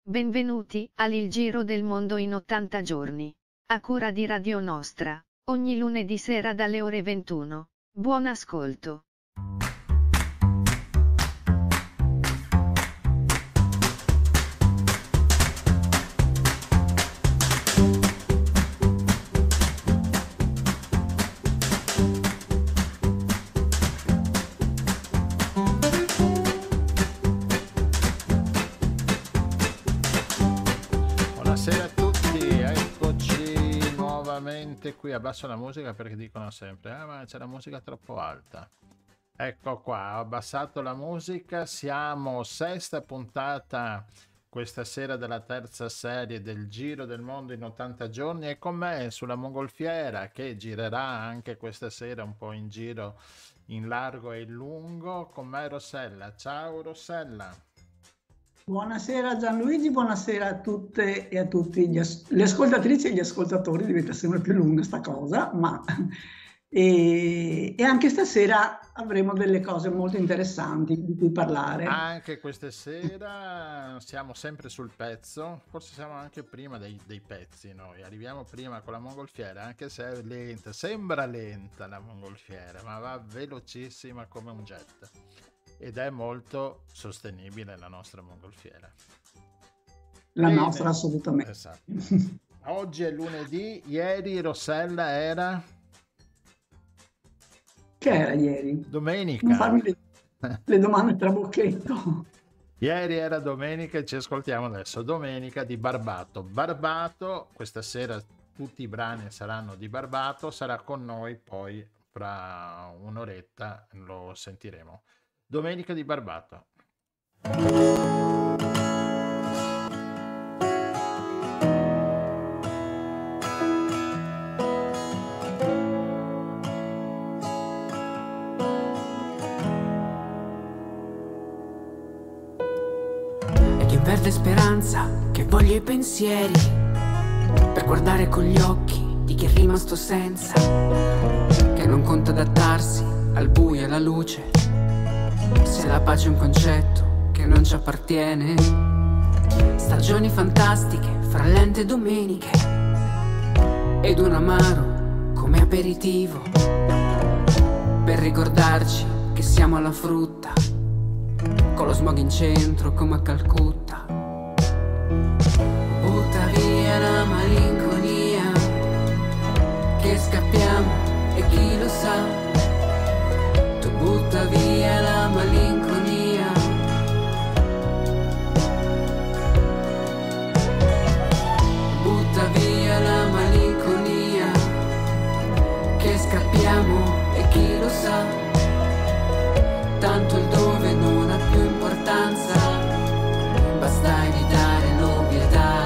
Benvenuti al Giro del Mondo in 80 giorni. A cura di Radio Nostra, ogni lunedì sera dalle ore 21. Buon ascolto. Qui abbasso la musica perché dicono sempre ma c'è la musica troppo alta. Ecco qua, ho abbassato la musica. Siamo sesta puntata questa sera della terza serie del Giro del Mondo in 80 giorni e con me sulla mongolfiera, che girerà anche questa sera un po' in giro in largo e in lungo, con me Rossella. Ciao Rossella. Buonasera Gianluigi, buonasera a tutte e a tutti le ascoltatrici e gli ascoltatori. Diventa sempre più lunga sta cosa, ma e anche stasera avremo delle cose molto interessanti di cui parlare. Anche questa sera siamo sempre sul pezzo, forse siamo anche prima dei pezzi noi, arriviamo prima con la mongolfiera, anche se è lenta, sembra lenta la mongolfiera, ma va velocissima come un jet. Ed è molto sostenibile la nostra mongolfiera. La nostra assolutamente. Esatto. Oggi è lunedì, ieri Rossella era? Che era ieri? Domenica. Non farmi le domande trabocchetto. Ieri era domenica e ci ascoltiamo adesso. Domenica di Barbato. Barbato, questa sera tutti i brani saranno di Barbato, sarà con noi poi fra un'oretta, lo sentiremo. Domenica di Barbato. E chi perde speranza, che voglia i pensieri, per guardare con gli occhi di chi è rimasto senza, che non conta adattarsi al buio e alla luce. Se la pace è un concetto che non ci appartiene, stagioni fantastiche fra lente domeniche ed un amaro come aperitivo, per ricordarci che siamo alla frutta, con lo smog in centro come a Calcutta. Butta via la malinconia, che scappiamo e chi lo sa. Butta via la malinconia, butta via la malinconia, che scappiamo e chi lo sa, tanto il dove non ha più importanza, basta evitare l'ovvietà.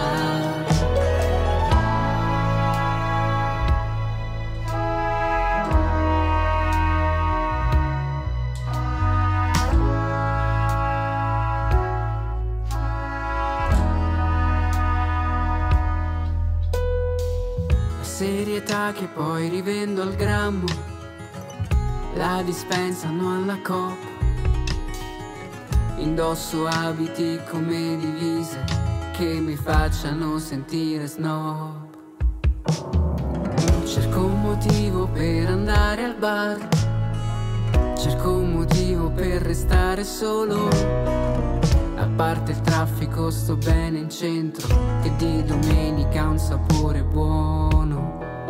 Serietà che poi rivendo al grammo, la dispensano alla Coop, indosso abiti come divise che mi facciano sentire snob. Cerco un motivo per andare al bar, cerco un motivo per restare solo, a parte il traffico sto bene in centro, che di domenica ha un sapore buono.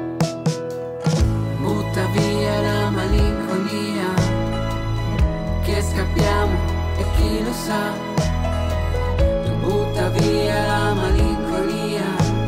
Butta via la malinconia, che scappiamo e chi lo sa. Tu butta via la malinconia,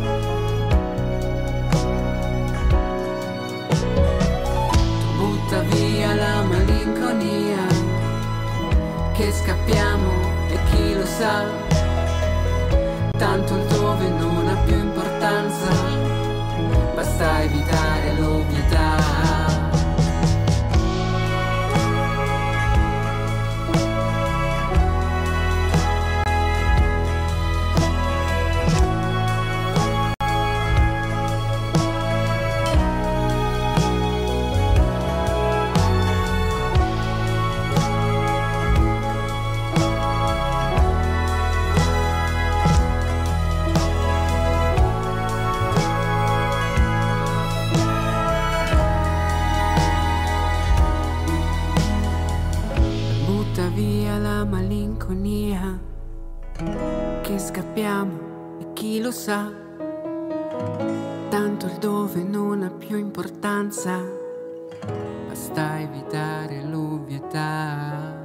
tu butta via la malinconia, che scappiamo e chi lo sa, tanto il dove non ha più importanza, basta evitare l'ovvietà. sa, tanto il dove non ha più importanza, basta evitare l'ovvietà.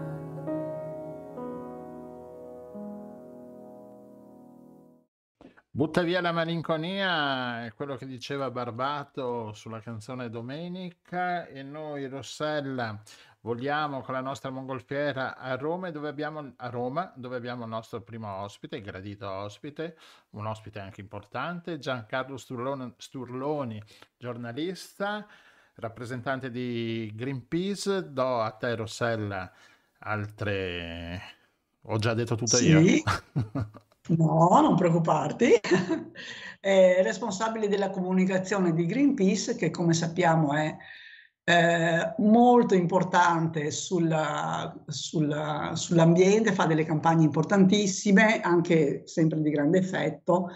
Butta via la malinconia è quello che diceva Barbato sulla canzone Domenica, e noi, Rossella, vogliamo con la nostra mongolfiera a Roma, dove abbiamo il nostro primo ospite, il gradito ospite, un ospite anche importante, Giancarlo Sturloni, giornalista, rappresentante di Greenpeace. Do a te, Rossella, altre... Ho già detto tutto io? Sì, no, non preoccuparti. È responsabile della comunicazione di Greenpeace, che come sappiamo è molto importante sull'ambiente, fa delle campagne importantissime, anche sempre di grande effetto,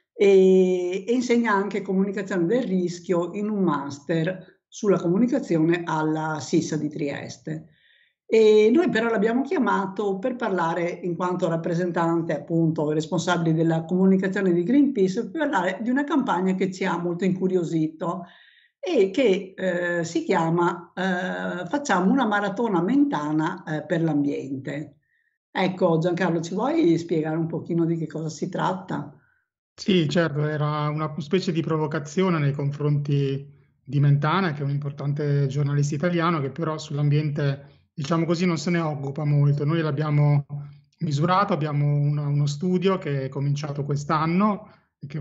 e insegna anche comunicazione del rischio in un master sulla comunicazione alla SISA di Trieste. E noi però l'abbiamo chiamato per parlare, in quanto rappresentante, appunto, responsabile della comunicazione di Greenpeace, per parlare di una campagna che ci ha molto incuriosito e che si chiama Facciamo una maratona mentana per l'ambiente. Ecco, Giancarlo, ci vuoi spiegare un pochino di che cosa si tratta? Sì, certo, era una specie di provocazione nei confronti di Mentana, che è un importante giornalista italiano che però sull'ambiente, diciamo così, non se ne occupa molto. Noi l'abbiamo misurato, abbiamo uno studio che è cominciato quest'anno e che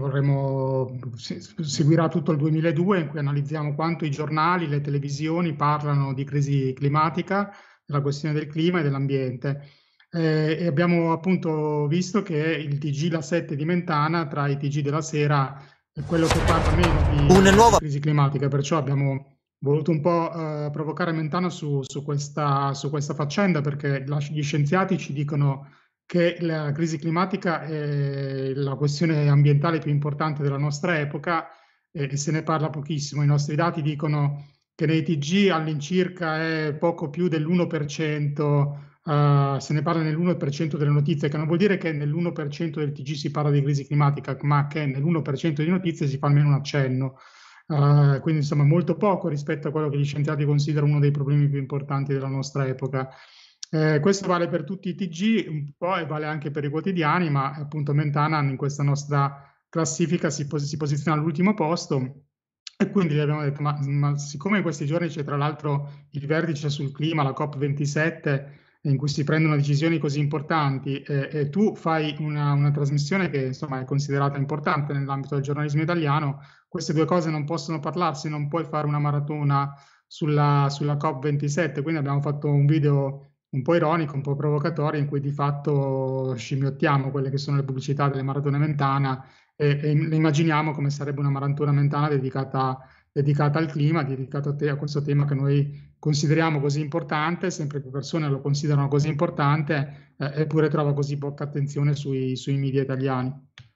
seguirà tutto il 2002, in cui analizziamo quanto i giornali, le televisioni parlano di crisi climatica, della questione del clima e dell'ambiente. E abbiamo appunto visto che il TG La 7 di Mentana, tra i TG della sera, è quello che parla meno di crisi climatica, perciò abbiamo voluto un po' provocare Mentana su questa faccenda, perché gli scienziati ci dicono che la crisi climatica è la questione ambientale più importante della nostra epoca e se ne parla pochissimo. I nostri dati dicono che nei TG all'incirca è poco più dell'1%, se ne parla nell'1% delle notizie, che non vuol dire che nell'1% del TG si parla di crisi climatica, ma che nell'1% di notizie si fa almeno un accenno. Quindi insomma molto poco rispetto a quello che gli scienziati considerano uno dei problemi più importanti della nostra epoca. Questo vale per tutti i TG un po' e vale anche per i quotidiani, ma appunto Mentana in questa nostra classifica si posiziona all'ultimo posto. E quindi gli abbiamo detto, ma siccome in questi giorni c'è tra l'altro il vertice sul clima, la COP27, in cui si prendono decisioni così importanti, e tu fai una trasmissione che insomma è considerata importante nell'ambito del giornalismo italiano, queste due cose non possono parlarsi, non puoi fare una maratona sulla COP27, quindi abbiamo fatto un video un po' ironico, un po' provocatorio, in cui di fatto scimmiottiamo quelle che sono le pubblicità delle maratone Mentana e le immaginiamo come sarebbe una maratona Mentana dedicata al clima, dedicato a questo tema che noi consideriamo così importante, sempre più persone lo considerano così importante, eppure trova così poca attenzione sui media italiani.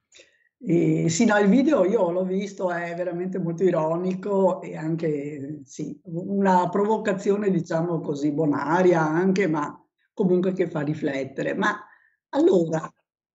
Sì, no, il video io l'ho visto, è veramente molto ironico e anche sì, una provocazione, diciamo così, bonaria anche, ma comunque che fa riflettere. Ma allora,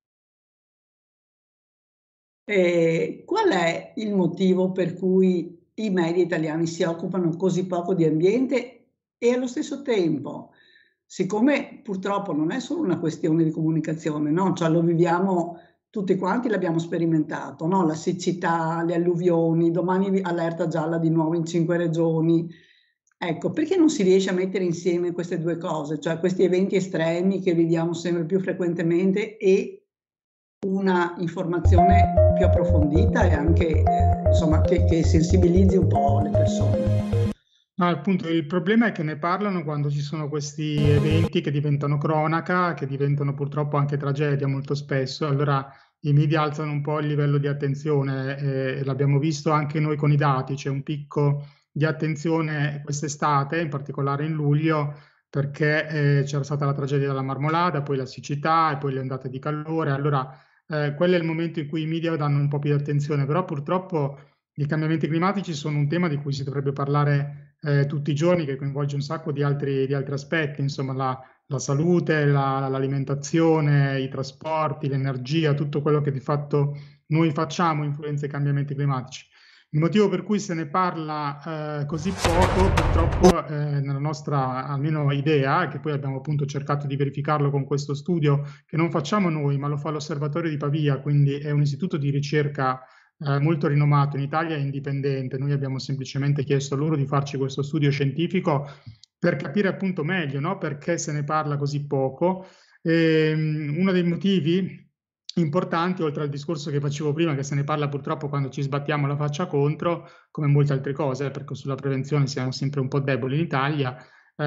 qual è il motivo per cui i media italiani si occupano così poco di ambiente e allo stesso tempo, siccome purtroppo non è solo una questione di comunicazione, no? Cioè lo viviamo tutti quanti, l'abbiamo sperimentato, no? La siccità, le alluvioni, domani allerta gialla di nuovo in 5 regioni. Ecco, perché non si riesce a mettere insieme queste due cose, cioè questi eventi estremi che viviamo sempre più frequentemente e una informazione più approfondita e anche insomma che sensibilizzi un po' le persone. No, appunto, il problema è che ne parlano quando ci sono questi eventi che diventano cronaca, che diventano purtroppo anche tragedia molto spesso, allora i media alzano un po' il livello di attenzione e l'abbiamo visto anche noi con i dati, c'è un picco di attenzione quest'estate, in particolare in luglio, perché c'era stata la tragedia della Marmolada, poi la siccità e poi le ondate di calore, allora quello è il momento in cui i media danno un po' più di attenzione, però purtroppo i cambiamenti climatici sono un tema di cui si dovrebbe parlare tutti i giorni, che coinvolge un sacco di altri aspetti, insomma la salute, l'alimentazione, i trasporti, l'energia, tutto quello che di fatto noi facciamo influenza ai cambiamenti climatici. Il motivo per cui se ne parla così poco, purtroppo, nella nostra almeno idea, che poi abbiamo appunto cercato di verificarlo con questo studio, che non facciamo noi, ma lo fa l'Osservatorio di Pavia, quindi è un istituto di ricerca molto rinomato in Italia e indipendente. Noi abbiamo semplicemente chiesto loro di farci questo studio scientifico per capire appunto meglio, no? Perché se ne parla così poco. Uno dei motivi importanti, oltre al discorso che facevo prima, che se ne parla purtroppo quando ci sbattiamo la faccia contro, come molte altre cose, perché sulla prevenzione siamo sempre un po' deboli in Italia,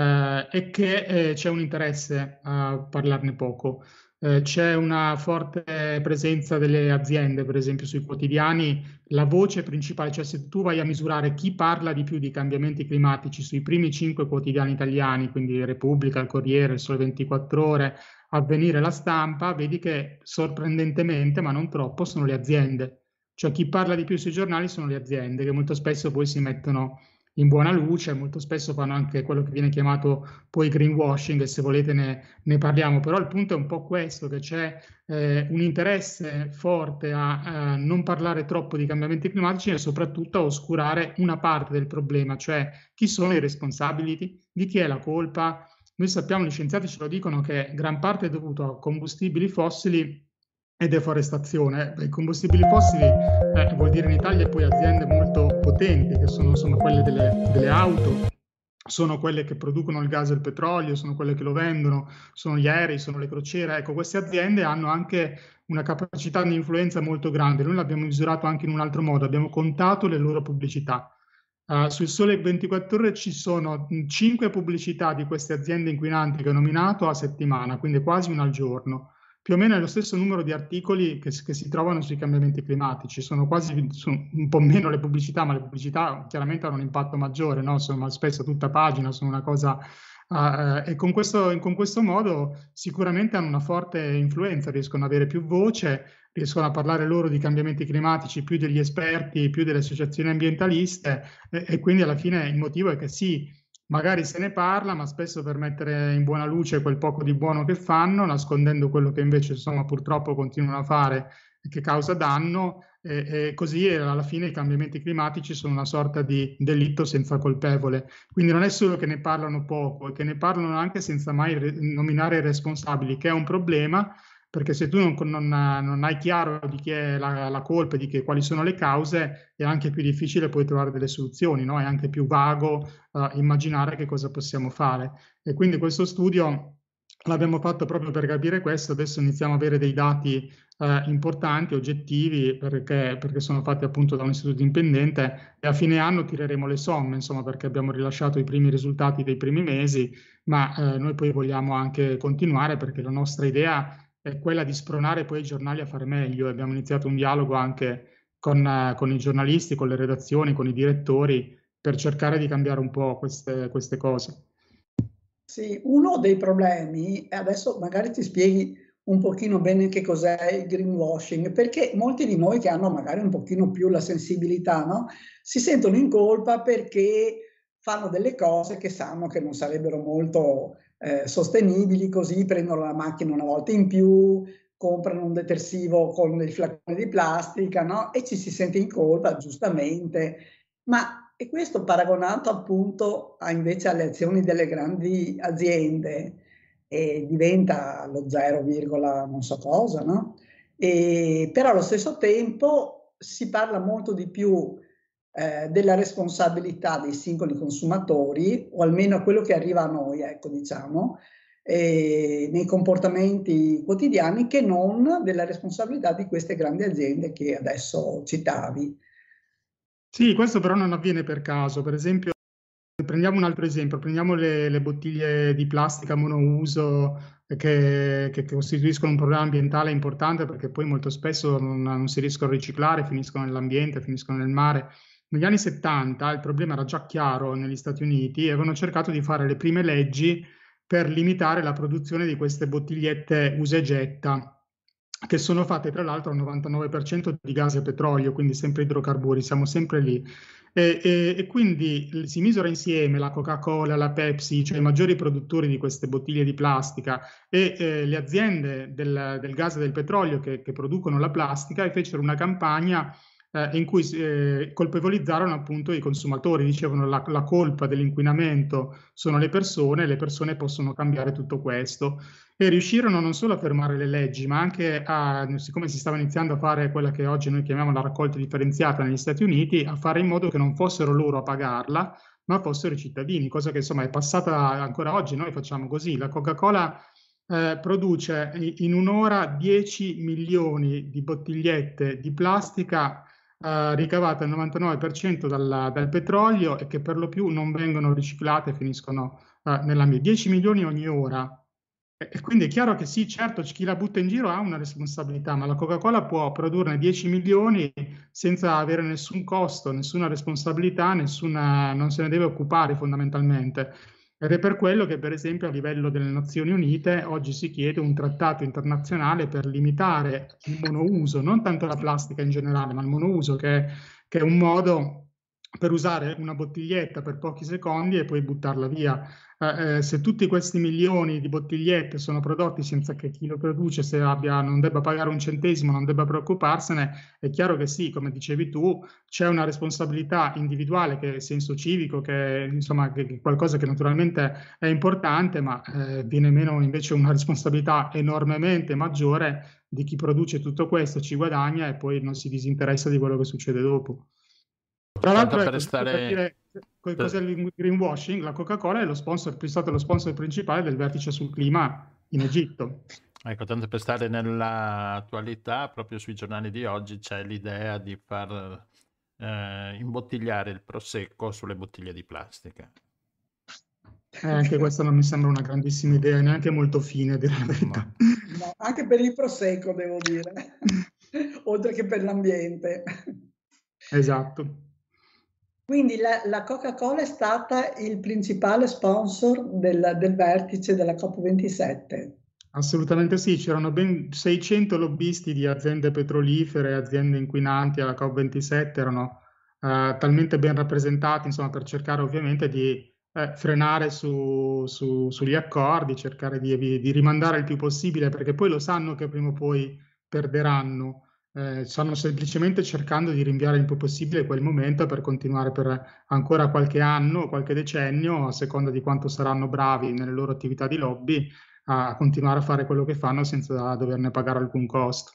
è che c'è un interesse a parlarne poco. C'è una forte presenza delle aziende, per esempio sui quotidiani, la voce principale, cioè se tu vai a misurare chi parla di più di cambiamenti climatici sui primi 5 quotidiani italiani, quindi Repubblica, il Corriere, il Sole 24 Ore, Avvenire, La Stampa, vedi che sorprendentemente, ma non troppo, sono le aziende. Cioè chi parla di più sui giornali sono le aziende, che molto spesso poi si mettono in buona luce, molto spesso fanno anche quello che viene chiamato poi greenwashing, e se volete ne parliamo. Però il punto è un po' questo, che c'è un interesse forte a non parlare troppo di cambiamenti climatici e soprattutto a oscurare una parte del problema, cioè chi sono i responsabili, di chi è la colpa. Noi sappiamo, gli scienziati ce lo dicono, che gran parte è dovuto a combustibili fossili e deforestazione. I combustibili fossili vuol dire in Italia poi aziende molto potenti, che sono insomma quelle delle auto, sono quelle che producono il gas e il petrolio, sono quelle che lo vendono, sono gli aerei, sono le crociere. Ecco, queste aziende hanno anche una capacità di influenza molto grande. Noi l'abbiamo misurato anche in un altro modo, abbiamo contato le loro pubblicità. Sul Sole 24 Ore ci sono 5 pubblicità di queste aziende inquinanti che ho nominato a settimana, quindi quasi una al giorno. Più o meno è lo stesso numero di articoli che si trovano sui cambiamenti climatici. Sono un po' meno le pubblicità, ma le pubblicità chiaramente hanno un impatto maggiore, no? Sono spesso tutta pagina, sono una cosa... e con questo modo sicuramente hanno una forte influenza, riescono ad avere più voce, riescono a parlare loro di cambiamenti climatici più degli esperti, più delle associazioni ambientaliste, e quindi alla fine il motivo è che sì, magari se ne parla, ma spesso per mettere in buona luce quel poco di buono che fanno, nascondendo quello che invece insomma purtroppo continuano a fare e che causa danno, e così alla fine i cambiamenti climatici sono una sorta di delitto senza colpevole. Quindi non è solo che ne parlano poco, è che ne parlano anche senza mai nominare i responsabili, che è un problema, perché se tu non hai chiaro di chi è la colpa e di quali sono le cause, è anche più difficile poi trovare delle soluzioni, no? È anche più vago immaginare che cosa possiamo fare. E quindi questo studio l'abbiamo fatto proprio per capire questo. Adesso iniziamo ad avere dei dati importanti, oggettivi, perché sono fatti appunto da un istituto indipendente, e a fine anno tireremo le somme, insomma, perché abbiamo rilasciato i primi risultati dei primi mesi, ma noi poi vogliamo anche continuare, perché la nostra idea è quella di spronare poi i giornali a fare meglio. Abbiamo iniziato un dialogo anche con i giornalisti, con le redazioni, con i direttori, per cercare di cambiare un po' queste cose. Sì, uno dei problemi, e adesso magari ti spieghi un pochino bene che cos'è il greenwashing, perché molti di noi che hanno magari un pochino più la sensibilità, no? Si sentono in colpa perché fanno delle cose che sanno che non sarebbero molto sostenibili, così prendono la macchina una volta in più, comprano un detersivo con dei flaconi di plastica, no? E ci si sente in colpa, giustamente, ma e questo paragonato appunto invece alle azioni delle grandi aziende diventa lo 0, non so cosa, no? Però allo stesso tempo si parla molto di più della responsabilità dei singoli consumatori, o almeno quello che arriva a noi, ecco, diciamo, nei comportamenti quotidiani, che non della responsabilità di queste grandi aziende che adesso citavi. Sì, questo però non avviene per caso. Per esempio, prendiamo un altro esempio, prendiamo le bottiglie di plastica monouso che costituiscono un problema ambientale importante, perché poi molto spesso non si riescono a riciclare, finiscono nell'ambiente, finiscono nel mare. Negli anni 70 il problema era già chiaro negli Stati Uniti, e avevano cercato di fare le prime leggi per limitare la produzione di queste bottigliette usa e getta, che sono fatte tra l'altro al 99% di gas e petrolio, quindi sempre idrocarburi, siamo sempre lì. E quindi si misura insieme la Coca-Cola, la Pepsi, cioè i maggiori produttori di queste bottiglie di plastica e le aziende del gas e del petrolio che producono la plastica, e fecero una campagna in cui colpevolizzarono appunto i consumatori, dicevano la colpa dell'inquinamento sono le persone possono cambiare tutto questo. E riuscirono non solo a fermare le leggi, ma anche siccome si stava iniziando a fare quella che oggi noi chiamiamo la raccolta differenziata negli Stati Uniti, a fare in modo che non fossero loro a pagarla, ma fossero i cittadini, cosa che insomma è passata ancora oggi. Noi facciamo così: la Coca-Cola produce in un'ora 10 milioni di bottigliette di plastica ricavate al 99% dal petrolio, e che per lo più non vengono riciclate e finiscono nell'ambiente. 10 milioni ogni ora. E quindi è chiaro che sì, certo, chi la butta in giro ha una responsabilità, ma la Coca-Cola può produrne 10 milioni senza avere nessun costo, nessuna responsabilità, non se ne deve occupare fondamentalmente. Ed è per quello che, per esempio, a livello delle Nazioni Unite oggi si chiede un trattato internazionale per limitare il monouso, non tanto la plastica in generale, ma il monouso, che è un modo per usare una bottiglietta per pochi secondi e poi buttarla via. Se tutti questi milioni di bottigliette sono prodotti senza che chi lo produce non debba pagare un centesimo, non debba preoccuparsene, è chiaro che sì, come dicevi tu, c'è una responsabilità individuale, che è senso civico, che insomma che è qualcosa che naturalmente è importante, ma viene meno invece una responsabilità enormemente maggiore di chi produce tutto questo, ci guadagna e poi non si disinteressa di quello che succede dopo. Tra l'altro, per dire cos'è il greenwashing, la Coca-Cola è stato lo sponsor principale del vertice sul clima in Egitto. Ecco, tanto per stare nell'attualità, proprio sui giornali di oggi c'è l'idea di far imbottigliare il prosecco sulle bottiglie di plastica. Anche questa non mi sembra una grandissima idea, neanche molto fine, a dire la verità. No, anche per il prosecco, devo dire, oltre che per l'ambiente. Esatto. Quindi la Coca-Cola è stata il principale sponsor del vertice della COP27. Assolutamente sì, c'erano ben 600 lobbisti di aziende petrolifere, aziende inquinanti alla COP27, erano talmente ben rappresentati, insomma, per cercare ovviamente di frenare sugli accordi, cercare di rimandare il più possibile, perché poi lo sanno che prima o poi perderanno. Stanno semplicemente cercando di rinviare il più possibile quel momento per continuare per ancora qualche anno, qualche decennio, a seconda di quanto saranno bravi nelle loro attività di lobby, a continuare a fare quello che fanno senza doverne pagare alcun costo.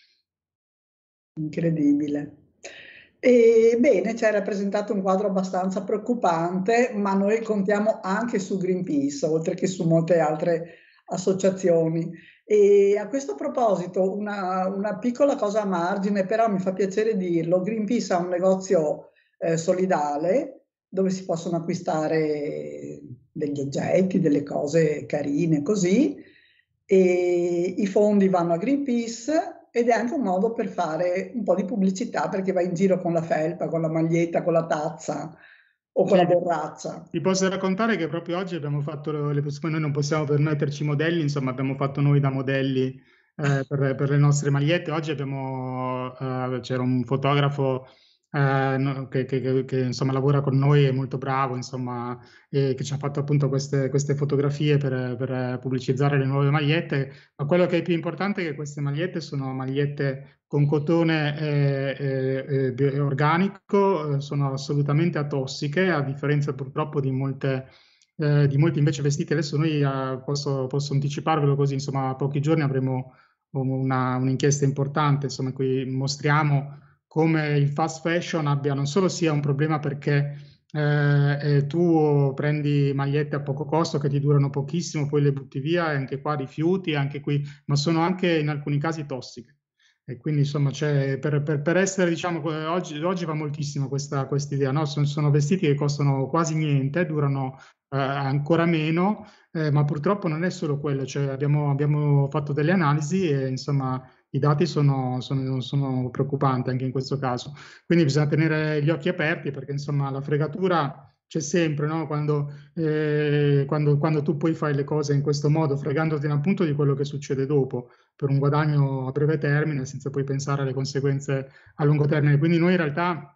Incredibile. E bene, ci hai rappresentato un quadro abbastanza preoccupante, ma noi contiamo anche su Greenpeace, oltre che su molte altre associazioni. E a questo proposito, una piccola cosa a margine, però mi fa piacere dirlo: Greenpeace ha un negozio solidale dove si possono acquistare degli oggetti, delle cose carine così, e i fondi vanno a Greenpeace, ed è anche un modo per fare un po' di pubblicità, perché vai in giro con la felpa, con la maglietta, con la tazza o con la borraccia. Ti posso raccontare che proprio oggi abbiamo fatto noi non possiamo permetterci modelli, insomma abbiamo fatto noi da modelli per le nostre magliette. Oggi c'era un fotografo che insomma lavora con noi, è molto bravo, insomma, e che ci ha fatto appunto queste fotografie per pubblicizzare le nuove magliette. Ma quello che è più importante è che queste magliette sono magliette con cotone organico, sono assolutamente atossiche, a differenza purtroppo di molti invece vestiti. Adesso noi posso anticiparvelo così, insomma, a pochi giorni avremo un'inchiesta importante, insomma, in cui mostriamo come il fast fashion non solo sia un problema perché tu prendi magliette a poco costo che ti durano pochissimo, poi le butti via, e anche qua rifiuti, anche qui, ma sono anche in alcuni casi tossiche. E quindi insomma per essere, diciamo, oggi va moltissimo questa idea, no? Sono vestiti che costano quasi niente, durano ancora meno, ma purtroppo non è solo quello, cioè abbiamo fatto delle analisi e insomma i dati sono preoccupanti anche in questo caso. Quindi bisogna tenere gli occhi aperti, perché insomma la fregatura c'è sempre, no? Quando tu poi fai le cose in questo modo, fregandoti appunto di quello che succede dopo, per un guadagno a breve termine, senza poi pensare alle conseguenze a lungo termine. Quindi noi in realtà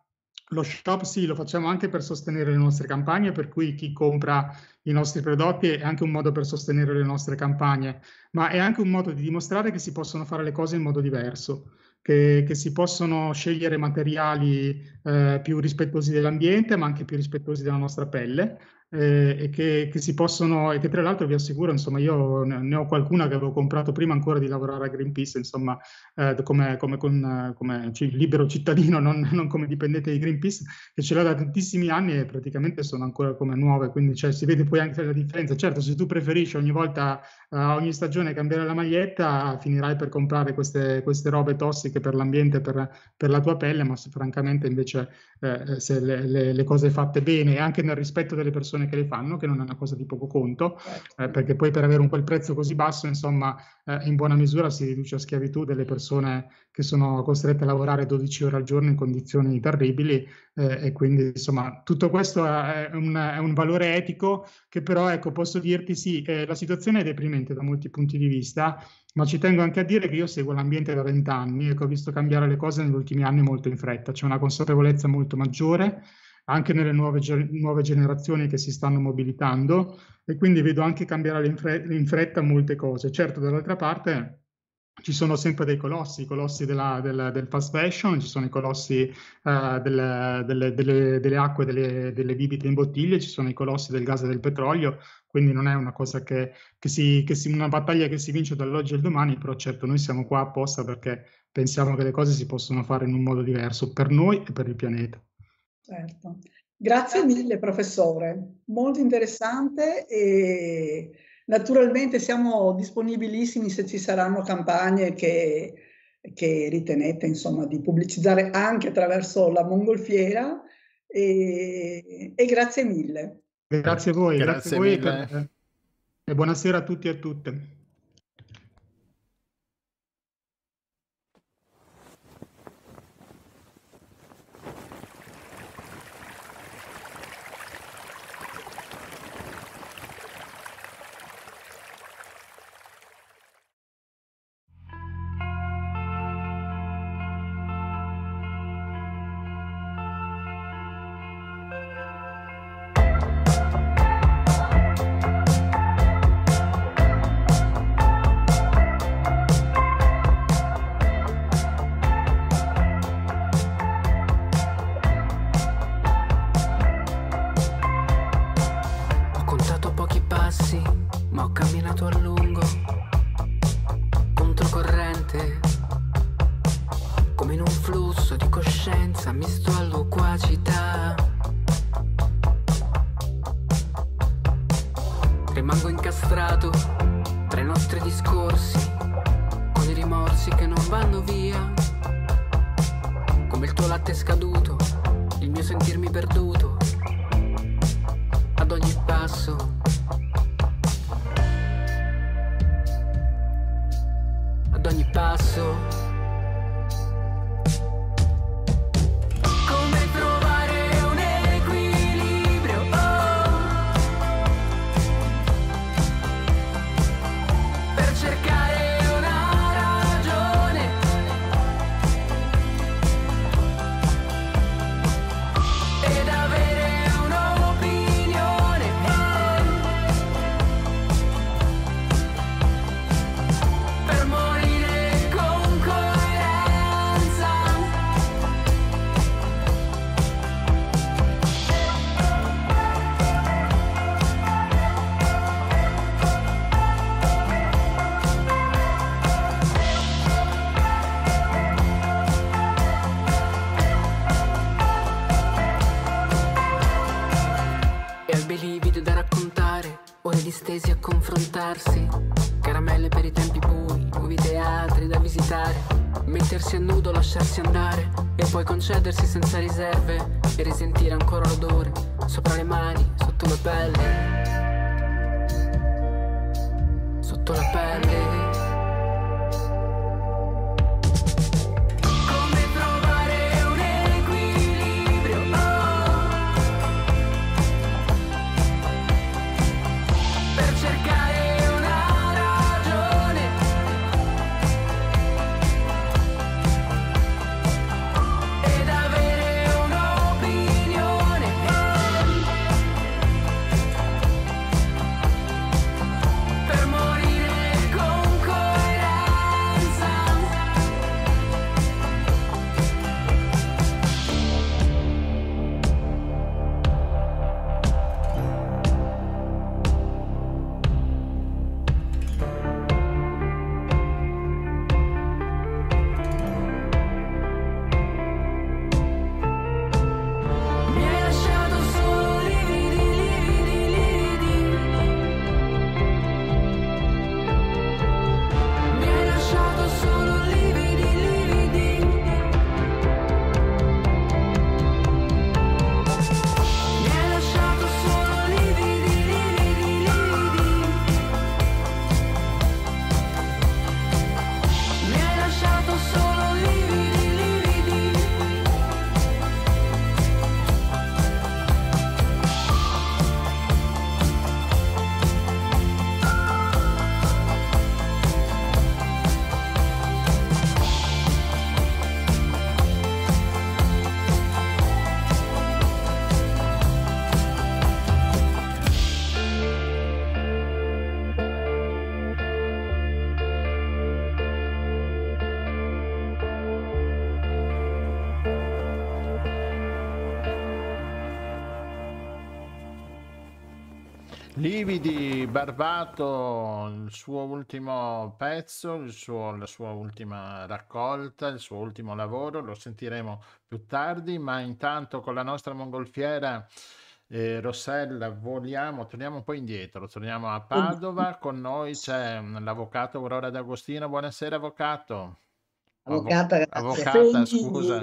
Lo shop sì, lo facciamo anche per sostenere le nostre campagne, per cui chi compra i nostri prodotti è anche un modo per sostenere le nostre campagne, ma è anche un modo di dimostrare che si possono fare le cose in modo diverso, che si possono scegliere materiali più rispettosi dell'ambiente, ma anche più rispettosi della nostra pelle. E che si possono, e che tra l'altro vi assicuro, insomma, io ne ho qualcuna che avevo comprato prima ancora di lavorare a Greenpeace, insomma, come libero cittadino, non come dipendente di Greenpeace, che ce l'ho da tantissimi anni e praticamente sono ancora come nuove, quindi cioè, si vede poi anche la differenza. Certo, se tu preferisci ogni volta, ogni stagione cambiare la maglietta, finirai per comprare queste robe tossiche per l'ambiente, per la tua pelle, ma se francamente invece se le cose fatte bene e anche nel rispetto delle persone che le fanno, che non è una cosa di poco conto, perché poi per avere un quel prezzo così basso, insomma, in buona misura si riduce a schiavitù delle persone che sono costrette a lavorare 12 ore al giorno in condizioni terribili, e quindi insomma tutto questo è un valore etico che però, ecco, posso dirti sì, la situazione è deprimente da molti punti di vista, ma ci tengo anche a dire che io seguo l'ambiente da 20 anni e che ho visto cambiare le cose negli ultimi anni molto in fretta. C'è una consapevolezza molto maggiore anche nelle nuove generazioni che si stanno mobilitando, e quindi vedo anche cambiare in fretta molte cose. Certo, dall'altra parte ci sono sempre dei colossi, i colossi del fast fashion, ci sono i colossi delle acque, delle bibite in bottiglie, ci sono i colossi del gas e del petrolio, quindi non è una cosa una battaglia che si vince dall'oggi al domani, però certo noi siamo qua apposta perché pensiamo che le cose si possono fare in un modo diverso per noi e per il pianeta. Certo. Grazie mille professore, molto interessante, e naturalmente siamo disponibilissimi se ci saranno campagne che ritenete, insomma, di pubblicizzare anche attraverso la Mongolfiera, e grazie mille. Grazie a voi, grazie mille. E buonasera a tutti e a tutte. Rimango incastrato tra i nostri discorsi, con i rimorsi che non vanno via. Come il tuo latte scaduto, il mio sentirmi perduto ad ogni passo. Ad ogni passo. Distesi a confrontarsi, caramelle per i tempi bui, nuovi teatri da visitare, mettersi a nudo, lasciarsi andare e poi concedersi senza riserve e risentire ancora l'odore sopra le mani, sotto la pelle, sotto la pelle. Lividi, Barbato, il suo ultimo pezzo, la sua ultima raccolta, il suo ultimo lavoro, lo sentiremo più tardi, ma intanto con la nostra mongolfiera Rossella torniamo un po' indietro, torniamo a Padova, con noi c'è l'avvocato Aurora D'Agostino. Buonasera avvocato. Avvocata, grazie. Avvocata, Senti, scusa.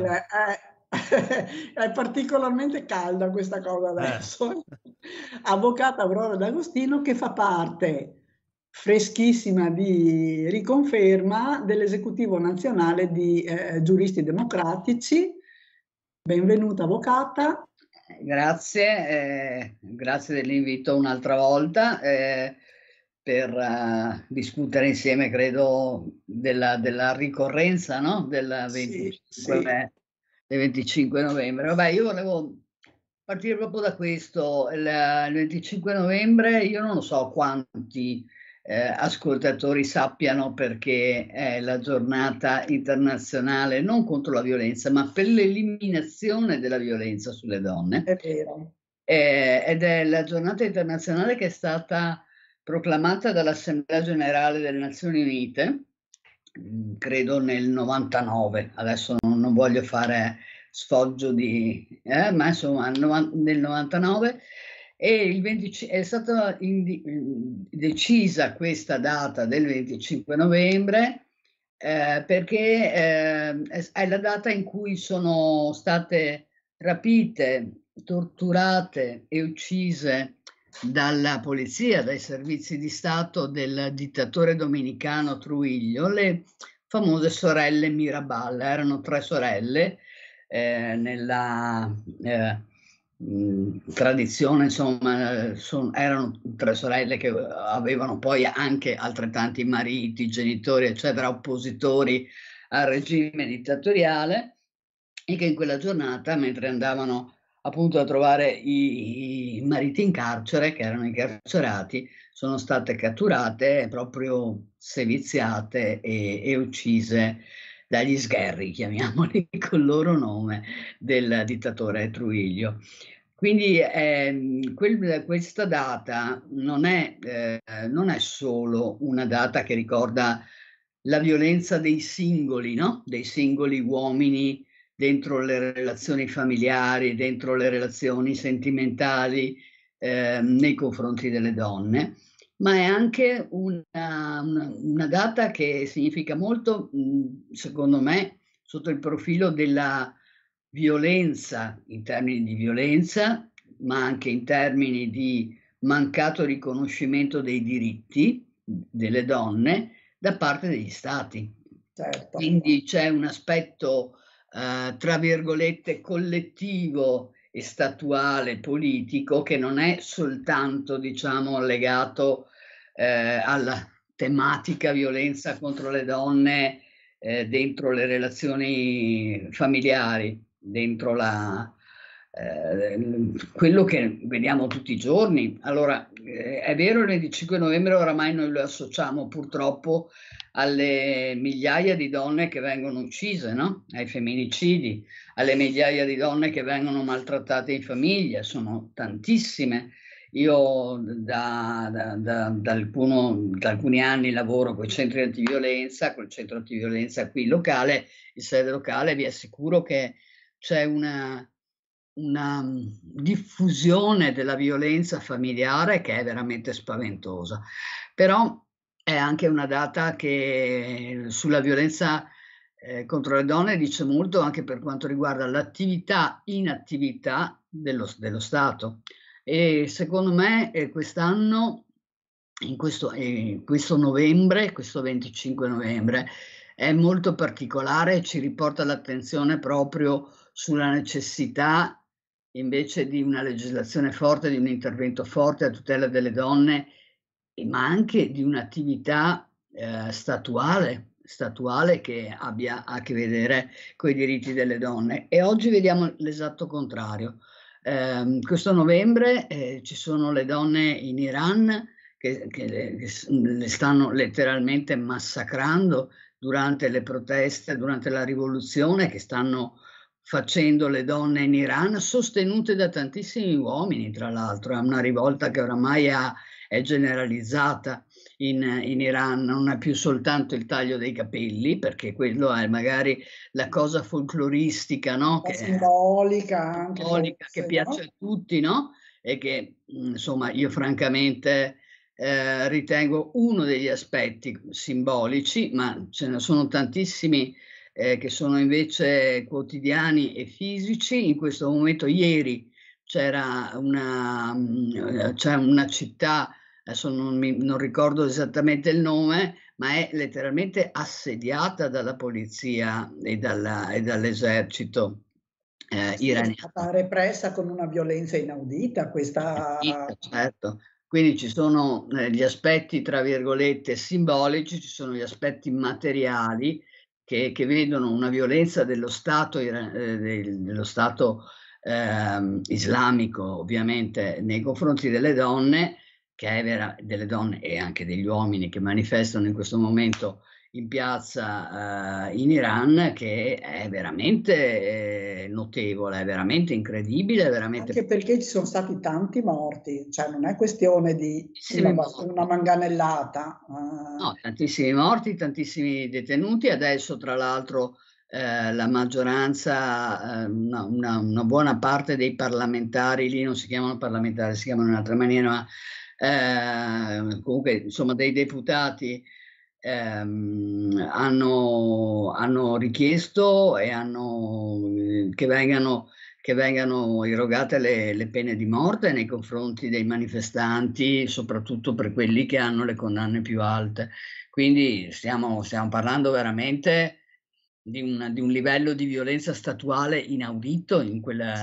è particolarmente calda questa cosa adesso. Avvocata Aurora D'Agostino, che fa parte freschissima di riconferma dell'esecutivo nazionale di giuristi democratici. Benvenuta avvocata. Grazie, grazie dell'invito un'altra volta per discutere insieme, credo, della ricorrenza, no? Del 25 novembre. Vabbè, io volevo partire proprio da questo. Il 25 novembre, io non lo so quanti ascoltatori sappiano, perché è la giornata internazionale non contro la violenza, ma per l'eliminazione della violenza sulle donne. È vero. Ed è la giornata internazionale che è stata proclamata dall'Assemblea Generale delle Nazioni Unite, credo nel 99, adesso non voglio fare sfoggio ma insomma nel 99, e è stata decisa questa data del 25 novembre perché è la data in cui sono state rapite, torturate e uccise dalla polizia, dai servizi di Stato del dittatore dominicano Trujillo, le famose sorelle Mirabal. Erano 3 sorelle nella tradizione, insomma, erano 3 sorelle che avevano poi anche altrettanti mariti, genitori, eccetera, oppositori al regime dittatoriale, e che in quella giornata, mentre andavano appunto a trovare i mariti in carcere, che erano incarcerati, sono state catturate, proprio seviziate e uccise dagli sgherri, chiamiamoli col loro nome, del dittatore Trujillo. Quindi questa data non è solo una data che ricorda la violenza dei singoli, no? Dei singoli uomini dentro le relazioni familiari, dentro le relazioni sentimentali nei confronti delle donne, ma è anche una data che significa molto, secondo me, sotto il profilo della violenza, in termini di violenza, ma anche in termini di mancato riconoscimento dei diritti delle donne da parte degli stati. Certo. Quindi c'è un aspetto tra virgolette collettivo e statuale, politico, che non è soltanto, diciamo, legato alla tematica violenza contro le donne dentro le relazioni familiari, dentro quello che vediamo tutti i giorni. Allora, è vero, il 25 novembre oramai noi lo associamo purtroppo alle migliaia di donne che vengono uccise, no? Ai femminicidi, alle migliaia di donne che vengono maltrattate in famiglia, sono tantissime. Io da alcuni anni lavoro con i centri antiviolenza, col centro antiviolenza qui locale, in sede locale. Vi assicuro che c'è una diffusione della violenza familiare che è veramente spaventosa. Però è anche una data che sulla violenza contro le donne dice molto, anche per quanto riguarda inattività dello Stato. E secondo me quest'anno, in questo novembre, questo 25 novembre, è molto particolare, ci riporta l'attenzione proprio sulla necessità invece di una legislazione forte, di un intervento forte a tutela delle donne, ma anche di un'attività statuale che abbia a che vedere con i diritti delle donne. E oggi vediamo l'esatto contrario. Questo novembre ci sono le donne in Iran che le stanno letteralmente massacrando durante le proteste, durante la rivoluzione, che stanno facendo le donne in Iran, sostenute da tantissimi uomini, tra l'altro. È una rivolta che oramai è generalizzata in Iran, non è più soltanto il taglio dei capelli, perché quello è magari la cosa folcloristica, no? Che simbolica anche, simbolica, che piace a tutti, no? E che, insomma, io francamente ritengo uno degli aspetti simbolici, ma ce ne sono tantissimi che sono invece quotidiani e fisici. In questo momento, ieri, c'è una città, adesso non ricordo esattamente il nome, ma è letteralmente assediata dalla polizia e dall'esercito iraniano. È stata repressa con una violenza inaudita questa... Certo. Quindi ci sono gli aspetti, tra virgolette, simbolici, ci sono gli aspetti materiali che vedono una violenza dello Stato islamico, ovviamente, nei confronti delle donne, che è delle donne e anche degli uomini che manifestano in questo momento in piazza in Iran, che è veramente notevole, è veramente incredibile, veramente... Anche perché ci sono stati tanti morti, cioè non è questione di una manganellata. No, tantissimi morti, tantissimi detenuti. Adesso, tra l'altro, la maggioranza, una buona parte dei parlamentari, lì non si chiamano parlamentari, si chiamano in un'altra maniera, ma comunque, insomma, dei deputati hanno richiesto e che vengano erogate le pene di morte nei confronti dei manifestanti, soprattutto per quelli che hanno le condanne più alte. Quindi stiamo parlando veramente di un livello di violenza statuale inaudito in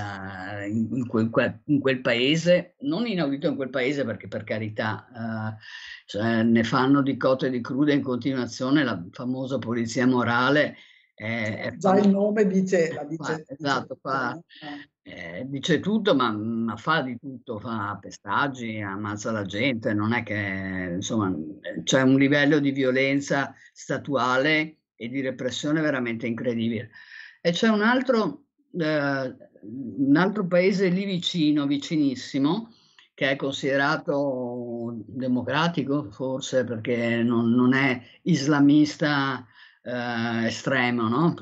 quel paese, non inaudito in quel paese perché, per carità, cioè, ne fanno di cotte e di crude in continuazione. La famosa polizia morale già il nome dice, esatto, dice tutto, ma fa di tutto, fa pestaggi, ammazza la gente. Non è che, insomma, c'è un livello di violenza statuale e di repressione veramente incredibile. E c'è un altro paese lì vicinissimo, che è considerato democratico, forse perché non è islamista estremo, no?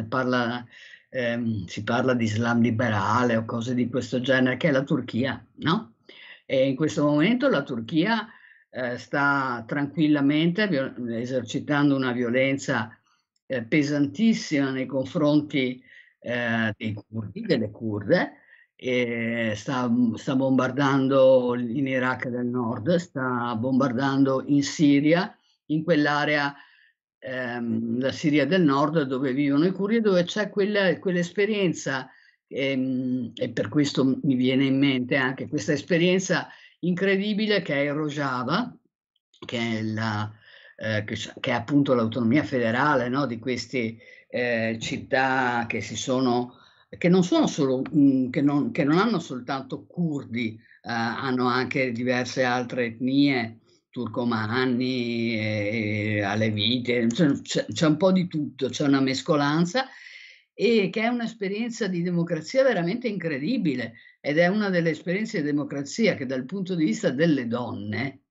Si parla di Islam liberale o cose di questo genere, che è la Turchia, no? E in questo momento la Turchia sta tranquillamente esercitando una violenza pesantissima nei confronti dei curdi, delle kurde, e sta bombardando in Iraq del Nord, sta bombardando in Siria, in quell'area, la Siria del Nord, dove vivono i curdi, dove c'è quell'esperienza, e per questo mi viene in mente anche questa esperienza incredibile che è il Rojava, che è appunto l'autonomia federale, no, di queste città che non sono solo che non hanno soltanto curdi, hanno anche diverse altre etnie, turcomanni, aleviti, c'è un po' di tutto, c'è una mescolanza, e che è un'esperienza di democrazia veramente incredibile, ed è una delle esperienze di democrazia che dal punto di vista delle donne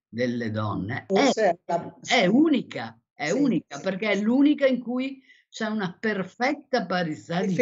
è unica, perché è l'unica in cui c'è una perfetta parità di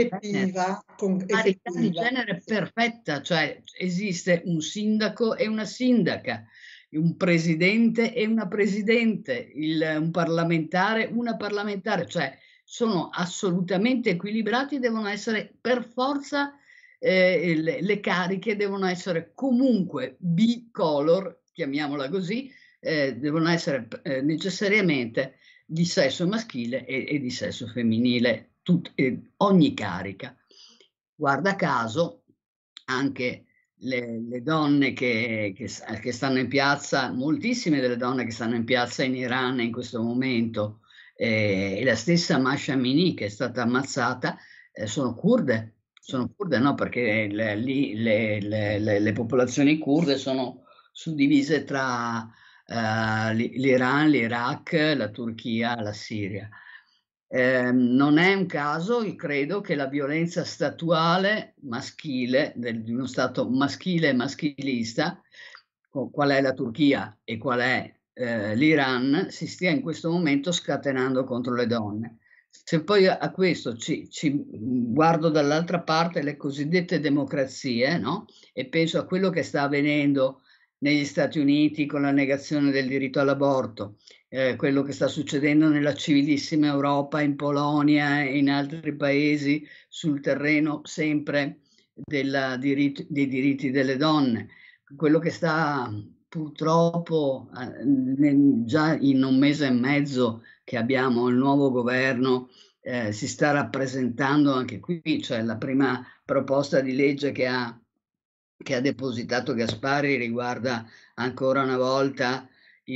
genere perfetta, cioè esiste un sindaco e una sindaca, un presidente e una presidente, un parlamentare, una parlamentare, cioè sono assolutamente equilibrati, devono essere per forza, le cariche devono essere comunque bicolor, chiamiamola così, devono essere necessariamente di sesso maschile e di sesso femminile, ogni carica. Guarda caso, anche le donne che stanno in piazza, moltissime delle donne che stanno in piazza in Iran in questo momento, e la stessa Mahsa Amini che è stata ammazzata, sono kurde, no? Perché lì le popolazioni kurde sono suddivise tra l'Iran, l'Iraq, la Turchia, la Siria. Non è un caso, io credo, che la violenza statuale maschile, di uno Stato maschile e maschilista, qual è la Turchia e qual è l'Iran, si stia in questo momento scatenando contro le donne. Se poi a questo ci guardo dall'altra parte le cosiddette democrazie, no? E penso a quello che sta avvenendo negli Stati Uniti con la negazione del diritto all'aborto, quello che sta succedendo nella civilissima Europa, in Polonia e in altri paesi sul terreno sempre dei diritti delle donne, quello che sta purtroppo già in un mese e mezzo che abbiamo il nuovo governo, si sta rappresentando anche qui, cioè la prima proposta di legge che ha depositato Gasparri riguarda ancora una volta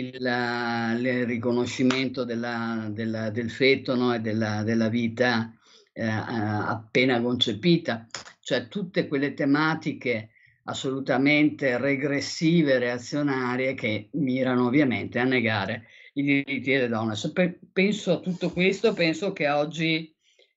il riconoscimento del feto, no? E della vita appena concepita, cioè tutte quelle tematiche assolutamente regressive, reazionarie, che mirano ovviamente a negare i diritti delle donne. Penso a tutto questo, penso che oggi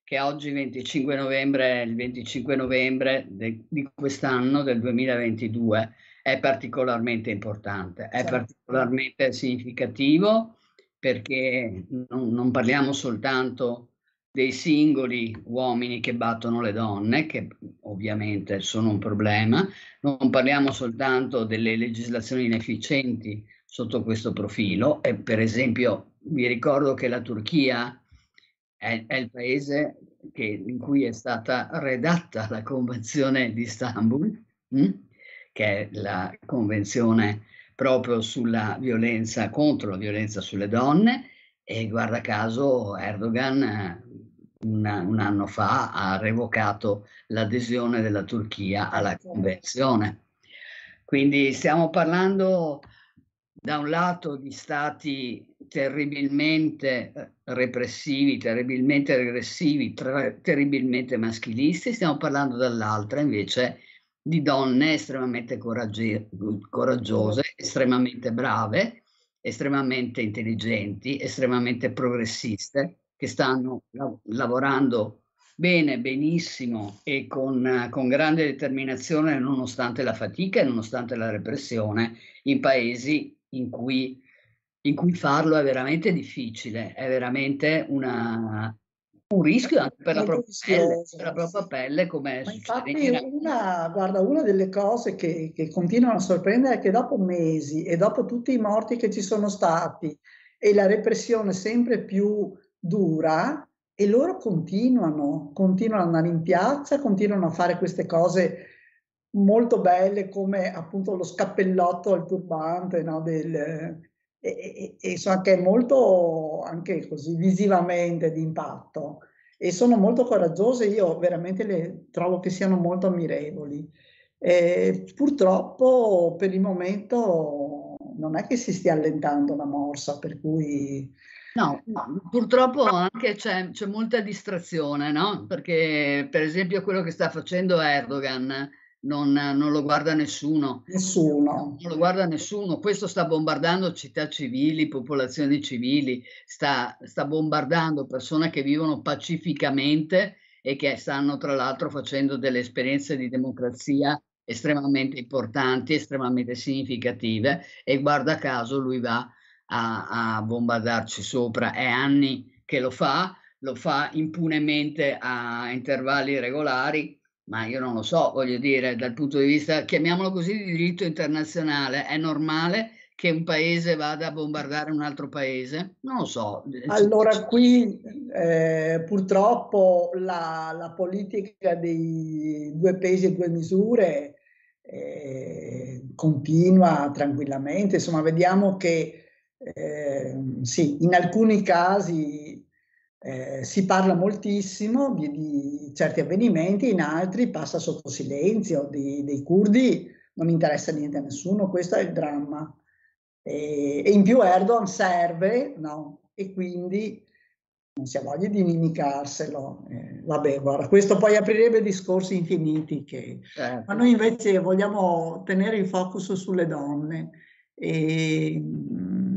25 novembre, il 25 novembre di quest'anno, del 2022, è particolarmente importante, è particolarmente significativo, perché non parliamo soltanto dei singoli uomini che battono le donne, che ovviamente sono un problema, non parliamo soltanto delle legislazioni inefficienti sotto questo profilo, e per esempio vi ricordo che la Turchia è il paese in cui è stata redatta la Convenzione di Istanbul, che è la convenzione proprio sulla violenza, contro la violenza sulle donne, e guarda caso Erdogan un anno fa ha revocato l'adesione della Turchia alla convenzione. Quindi stiamo parlando da un lato di stati terribilmente repressivi, terribilmente regressivi, terribilmente maschilisti, stiamo parlando dall'altra invece di donne estremamente coraggiose, estremamente brave, estremamente intelligenti, estremamente progressiste, che stanno lavorando bene, benissimo e con grande determinazione, nonostante la fatica e nonostante la repressione, in paesi in cui farlo è veramente difficile, è veramente un rischio anche per la propria pelle, come succede in Iran. Guarda, una delle cose che continuano a sorprendere è che dopo mesi e dopo tutti i morti che ci sono stati e la repressione sempre più dura, e loro continuano ad andare in piazza, continuano a fare queste cose molto belle, come appunto lo scappellotto al turbante, no? E so che è molto anche così visivamente di impatto, e sono molto coraggiose. Io veramente le trovo che siano molto ammirevoli. Purtroppo per il momento non è che si stia allentando la morsa, per cui no, purtroppo anche c'è molta distrazione, no? Perché per esempio quello che sta facendo Erdogan non lo guarda nessuno. Non lo guarda nessuno. Questo sta bombardando città civili, popolazioni civili, sta bombardando persone che vivono pacificamente e che stanno tra l'altro facendo delle esperienze di democrazia estremamente importanti, estremamente significative, e guarda caso lui va a bombardarci sopra. È anni che lo fa impunemente a intervalli regolari, ma io non lo so, voglio dire, dal punto di vista, chiamiamolo così, di diritto internazionale, è normale che un paese vada a bombardare un altro paese? Non lo so. Allora qui purtroppo la politica dei 2 paesi e 2 misure continua tranquillamente. Insomma, vediamo che sì, in alcuni casi si parla moltissimo di certi avvenimenti, in altri passa sotto silenzio. Dei curdi non interessa niente a nessuno, questo è il dramma. E in più Erdogan serve, no? E quindi non si ha voglia di inimicarselo. Vabbè, guarda, questo poi aprirebbe discorsi infiniti, ma noi invece vogliamo tenere il focus sulle donne.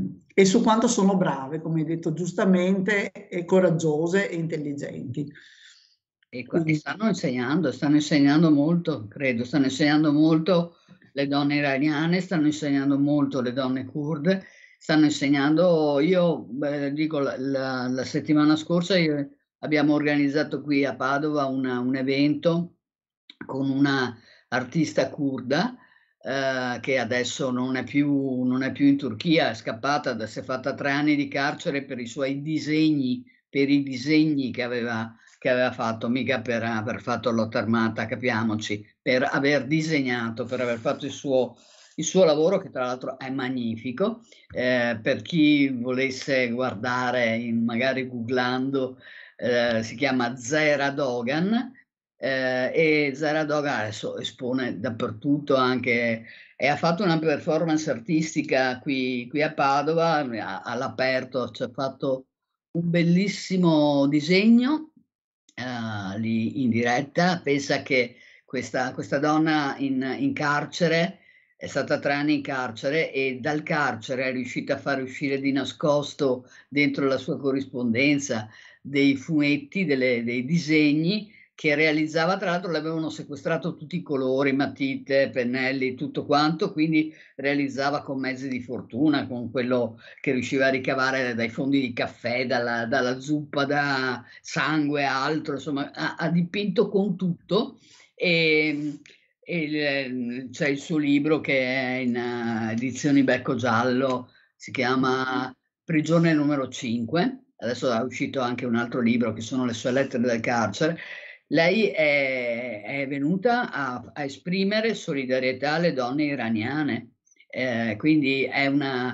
e su quanto sono brave, come hai detto giustamente, e coraggiose e intelligenti. E stanno insegnando molto, credo, stanno insegnando molto le donne iraniane, stanno insegnando molto le donne kurde, stanno insegnando, dico, la settimana scorsa abbiamo organizzato qui a Padova un evento con una artista kurda che adesso non è più in Turchia, è scappata, si è fatta 3 anni di carcere per i suoi disegni, per i disegni che aveva fatto, mica per aver fatto lotta armata, capiamoci, per aver disegnato, per aver fatto il suo lavoro, che tra l'altro è magnifico. Per chi volesse guardare, magari googlando, si chiama Zehra Dogan, e Zehra Dogan adesso espone dappertutto, anche, e ha fatto una performance artistica qui a Padova, all'aperto, ci ha fatto un bellissimo disegno lì in diretta. Pensa che questa donna in carcere è stata 3 anni in carcere, e dal carcere è riuscita a far uscire di nascosto dentro la sua corrispondenza dei fumetti, dei disegni che realizzava. Tra l'altro le avevano sequestrato tutti i colori, matite, pennelli, tutto quanto, quindi realizzava con mezzi di fortuna, con quello che riusciva a ricavare dai fondi di caffè, dalla zuppa, da sangue, altro, insomma, ha dipinto con tutto. E c'è il suo libro che è in edizioni Becco Giallo, si chiama Prigione numero 5, adesso è uscito anche un altro libro che sono le sue lettere del carcere. Lei è venuta a esprimere solidarietà alle donne iraniane, quindi è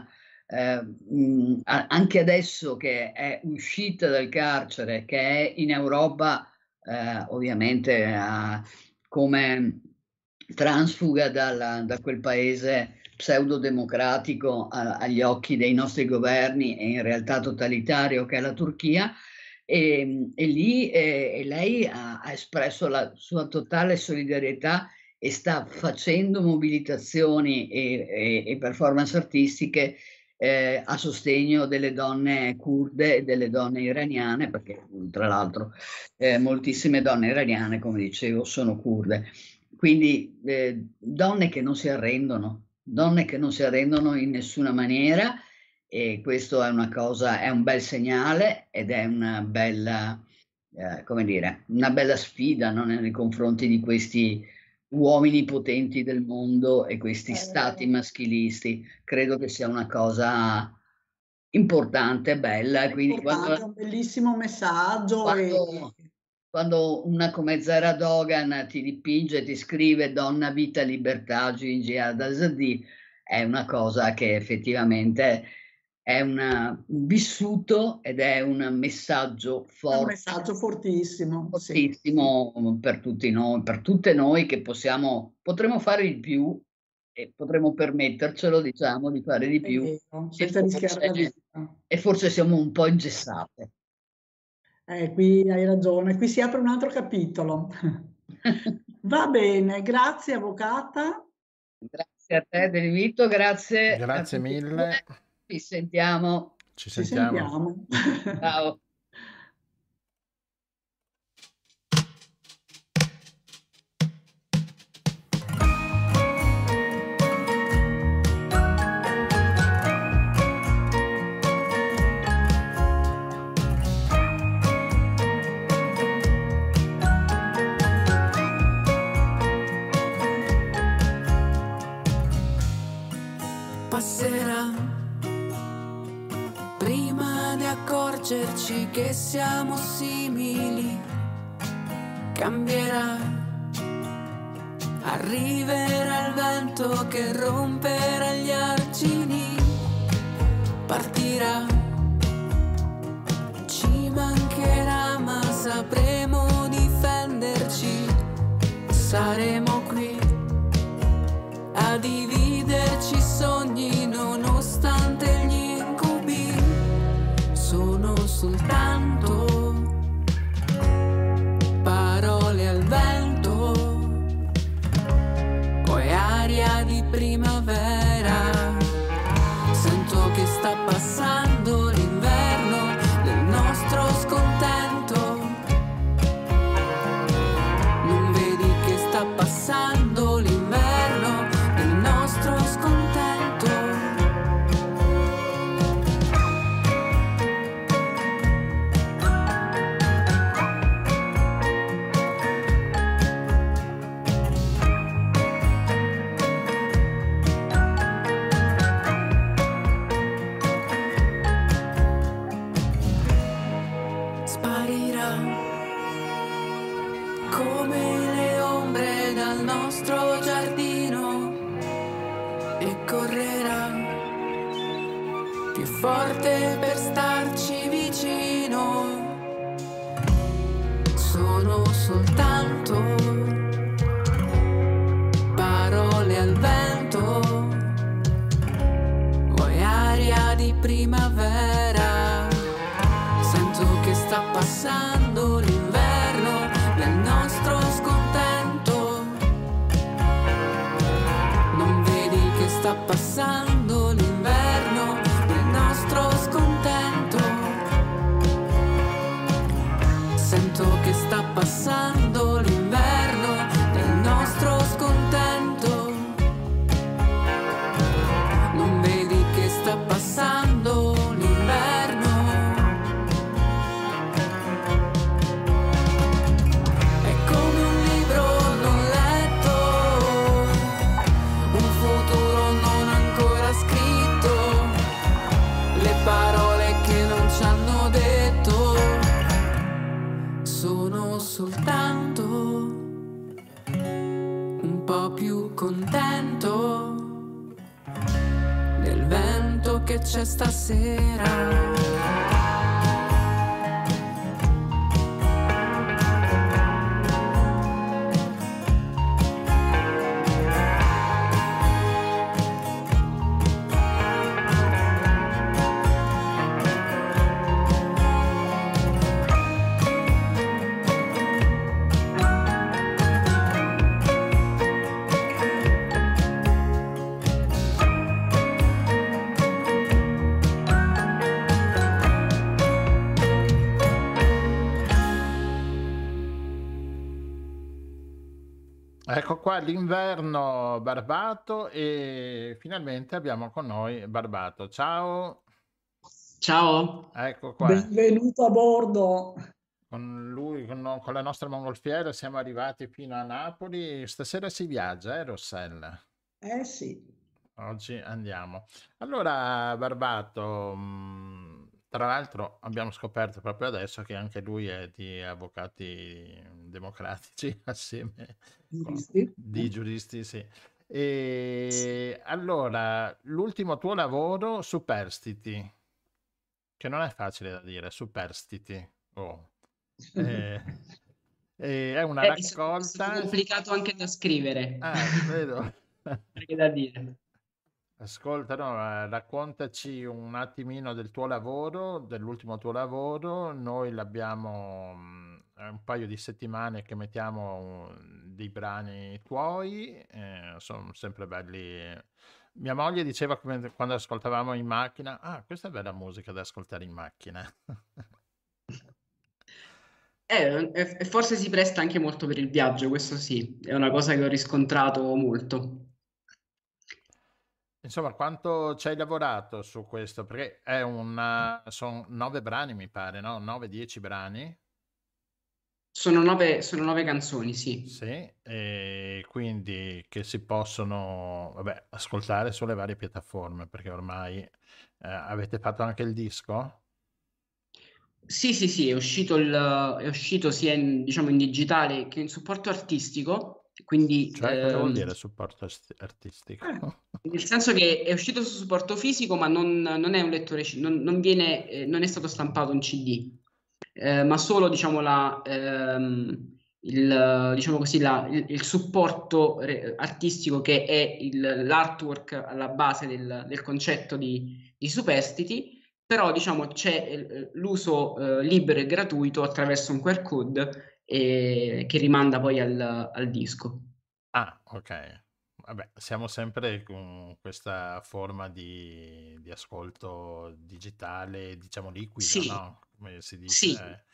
anche adesso che è uscita dal carcere, che è in Europa, ovviamente come transfuga da quel paese pseudo-democratico agli occhi dei nostri governi, e in realtà totalitario, che è la Turchia. E lì lei ha espresso la sua totale solidarietà e sta facendo mobilitazioni e performance artistiche a sostegno delle donne kurde e delle donne iraniane, perché tra l'altro moltissime donne iraniane, come dicevo, sono kurde. Quindi donne che non si arrendono in nessuna maniera. E questo è una bel segnale, ed è una bella, una bella sfida, no? Nei confronti di questi uomini potenti del mondo e questi stati maschilisti. Credo che sia una cosa importante, bella. Quindi è un bellissimo messaggio. Quando una come Zehra Dogan ti dipinge, ti scrive "Donna, vita, libertà, Gigi Adazadeh", è una cosa che effettivamente è un vissuto, ed è un messaggio forte. Un messaggio fortissimo. Fortissimo, sì. Per tutti noi, per tutte noi, che potremo fare di più, e potremo permettercelo, diciamo, di fare di più. Senza rischiare la vita. E forse siamo un po' ingessate. Qui hai ragione, qui si apre un altro capitolo. Va bene, grazie avvocata. Grazie a te dell'invito, grazie. Grazie mille. Ci sentiamo. Ci sentiamo. Ciao. Passerà prima di accorgerci che siamo simili, cambierà, arriverà il vento che romperà gli argini, partirà, ci mancherà ma sapremo difenderci, saremo qui a dividerci sogni nonostante gli incubi. Sono soltanto parole al vento, poi aria di primavera. Sento che sta nostro scontento. Sparirà come le ombre dal nostro giardino e correrà più forte per starci vicino. Sono soltanto parole al vento, vuoi aria di primavera. Sento che sta passando l'inverno nel nostro scontento. Non vedi che sta passando l'inverno nel nostro scontento. Sento che sta passando l'inverno nel nostro scontento. Non vedi che sta passando l'inverno. È come un libro non letto, un futuro non ancora scritto, le parole che non ci hanno detto. Sono soltanto un po' più contento del vento che c'è stasera. Ecco qua l'inverno Barbato e finalmente abbiamo con noi Barbato. Ciao, Ciao, ecco qua. Benvenuto a bordo. Con lui, con la nostra mongolfiera siamo arrivati fino a Napoli. Stasera si viaggia, Rossella? Eh sì, Oggi andiamo. Allora, Barbato, tra l'altro abbiamo scoperto proprio adesso che anche lui è di avvocati democratici assieme giuristi. di giuristi, sì. E allora, l'ultimo tuo lavoro, Superstiti, che non è facile da dire, Superstiti. Oh. È una è raccolta. complicato anche da scrivere, Vedo. anche da dire. Ascolta, no, raccontaci un attimino del tuo lavoro, dell'ultimo tuo lavoro. Noi l'abbiamo è un paio di settimane che mettiamo dei brani tuoi, sono sempre belli. Mia moglie diceva quando ascoltavamo in macchina, ah, questa è bella musica da ascoltare in macchina. E forse si presta anche molto per il viaggio, questo sì, è una cosa che ho riscontrato molto. Insomma, quanto ci hai lavorato su questo? Perché sono 9 brani, mi pare, no? 9-10 brani? Sono nove canzoni, sì. Sì, e quindi che si possono, vabbè, ascoltare sulle varie piattaforme, perché ormai avete fatto anche il disco? Sì, è uscito sia diciamo, in digitale che in supporto artistico, quindi Cioè, cosa vuol dire supporto artistico? nel senso che è uscito su supporto fisico, ma non è un lettore, non è stato stampato in CD, ma solo diciamo, diciamo così, il supporto artistico che è l'artwork alla base del concetto di Superstiti. Però diciamo c'è l'uso libero e gratuito attraverso un QR code che rimanda poi al disco. Ah, ok. Vabbè, siamo sempre con questa forma di ascolto digitale, diciamo liquido, Sì, no? Come si sì. dice?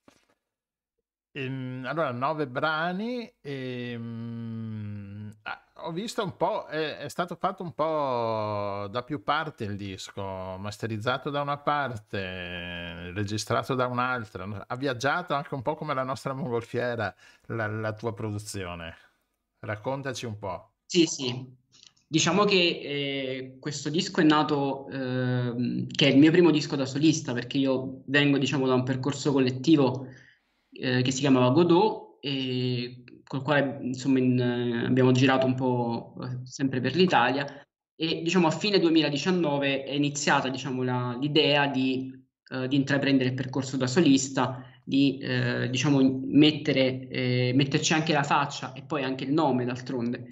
Allora, 9 brani. ho visto un po', è stato fatto un po' da più parti il disco, masterizzato da una parte, registrato da un'altra. Ha viaggiato anche un po' come la nostra mongolfiera, la tua produzione. Raccontaci un po'. Sì, sì. Diciamo che questo disco è nato, che è il mio primo disco da solista, perché io vengo, diciamo, da un percorso collettivo che si chiamava Godot, e col quale insomma abbiamo girato un po' sempre per l'Italia, e diciamo a fine 2019 è iniziata, diciamo, l'idea di intraprendere il percorso da solista, di diciamo metterci anche la faccia e poi anche il nome, d'altronde,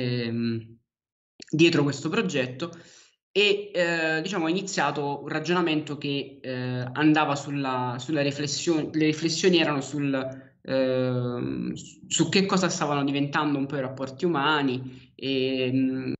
dietro questo progetto. E diciamo ho iniziato un ragionamento che andava sulla riflessione. Le riflessioni erano su che cosa stavano diventando un po' i rapporti umani, e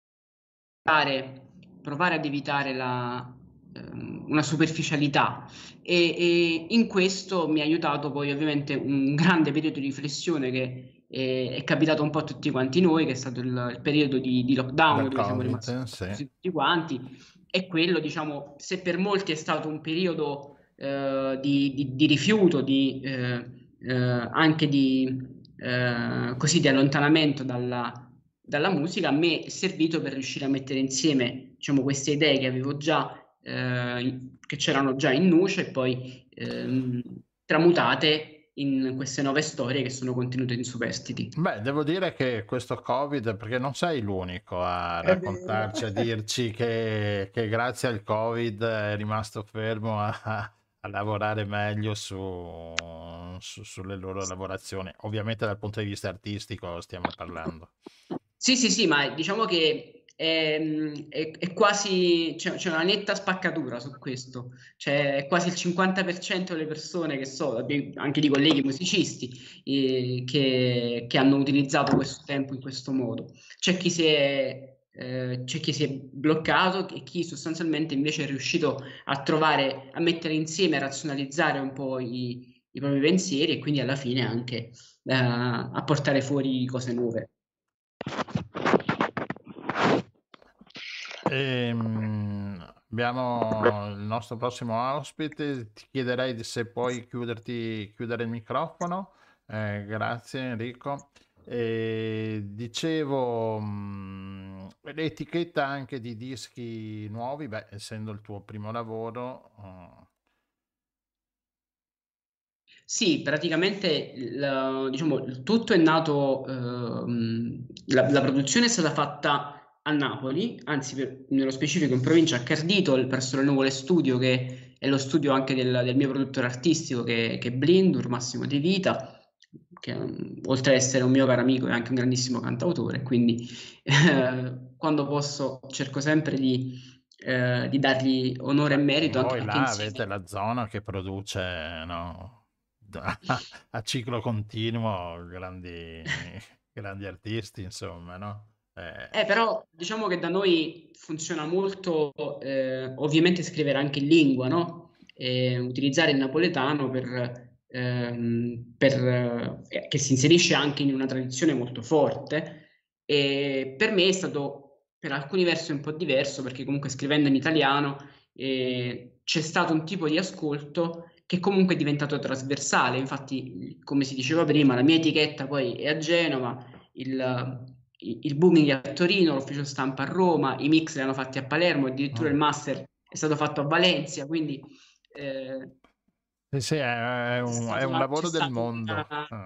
provare ad evitare una superficialità, e in questo mi ha aiutato poi ovviamente un grande periodo di riflessione che è capitato un po' a tutti quanti noi, che è stato il periodo di lockdown, dove siamo rimasti chiusi tutti quanti, e quello, diciamo, se per molti è stato un periodo di rifiuto, anche così di allontanamento dalla musica, a me è servito per riuscire a mettere insieme, diciamo, queste idee che avevo già, che c'erano già in nuce, e poi tramutate in queste nuove storie che sono contenute in Superstiti. Beh, devo dire che questo Covid, perché non sei l'unico a raccontarci, a dirci che grazie al Covid è rimasto fermo a lavorare meglio sulle loro lavorazioni. Ovviamente dal punto di vista artistico stiamo parlando. Sì, ma diciamo che è quasi, c'è una netta spaccatura su questo, cioè è quasi il 50% delle persone che anche di colleghi musicisti, che hanno utilizzato questo tempo in questo modo. C'è chi si è bloccato, e chi sostanzialmente invece è riuscito a mettere insieme, a razionalizzare un po' i propri pensieri, e quindi alla fine anche a portare fuori cose nuove. Abbiamo il nostro prossimo ospite. Ti chiederei se puoi chiudere il microfono. Grazie Enrico. Dicevo, l'etichetta anche di dischi nuovi, beh, essendo il tuo primo lavoro. Sì, praticamente diciamo, tutto è nato, la produzione è stata fatta a Napoli, anzi nello specifico in provincia a Cardito, presso le Nuvole Studio, che è lo studio anche del mio produttore artistico, che è Blindur, Massimo De Vita, che oltre ad essere un mio caro amico è anche un grandissimo cantautore, quindi quando posso cerco sempre di dargli onore e merito. Voi anche là avete la zona che produce, no? A ciclo continuo grandi artisti, insomma, no? Però diciamo che da noi funziona molto, ovviamente, scrivere anche in lingua, no? Utilizzare il napoletano che si inserisce anche in una tradizione molto forte, e per me è stato per alcuni versi un po' diverso, perché comunque scrivendo in italiano c'è stato un tipo di ascolto che comunque è diventato trasversale. Infatti, come si diceva prima, la mia etichetta poi è a Genova, il booking è a Torino, l'ufficio stampa a Roma, i mix li hanno fatti a Palermo, addirittura il master è stato fatto a Valencia, quindi sì, è un lavoro del mondo.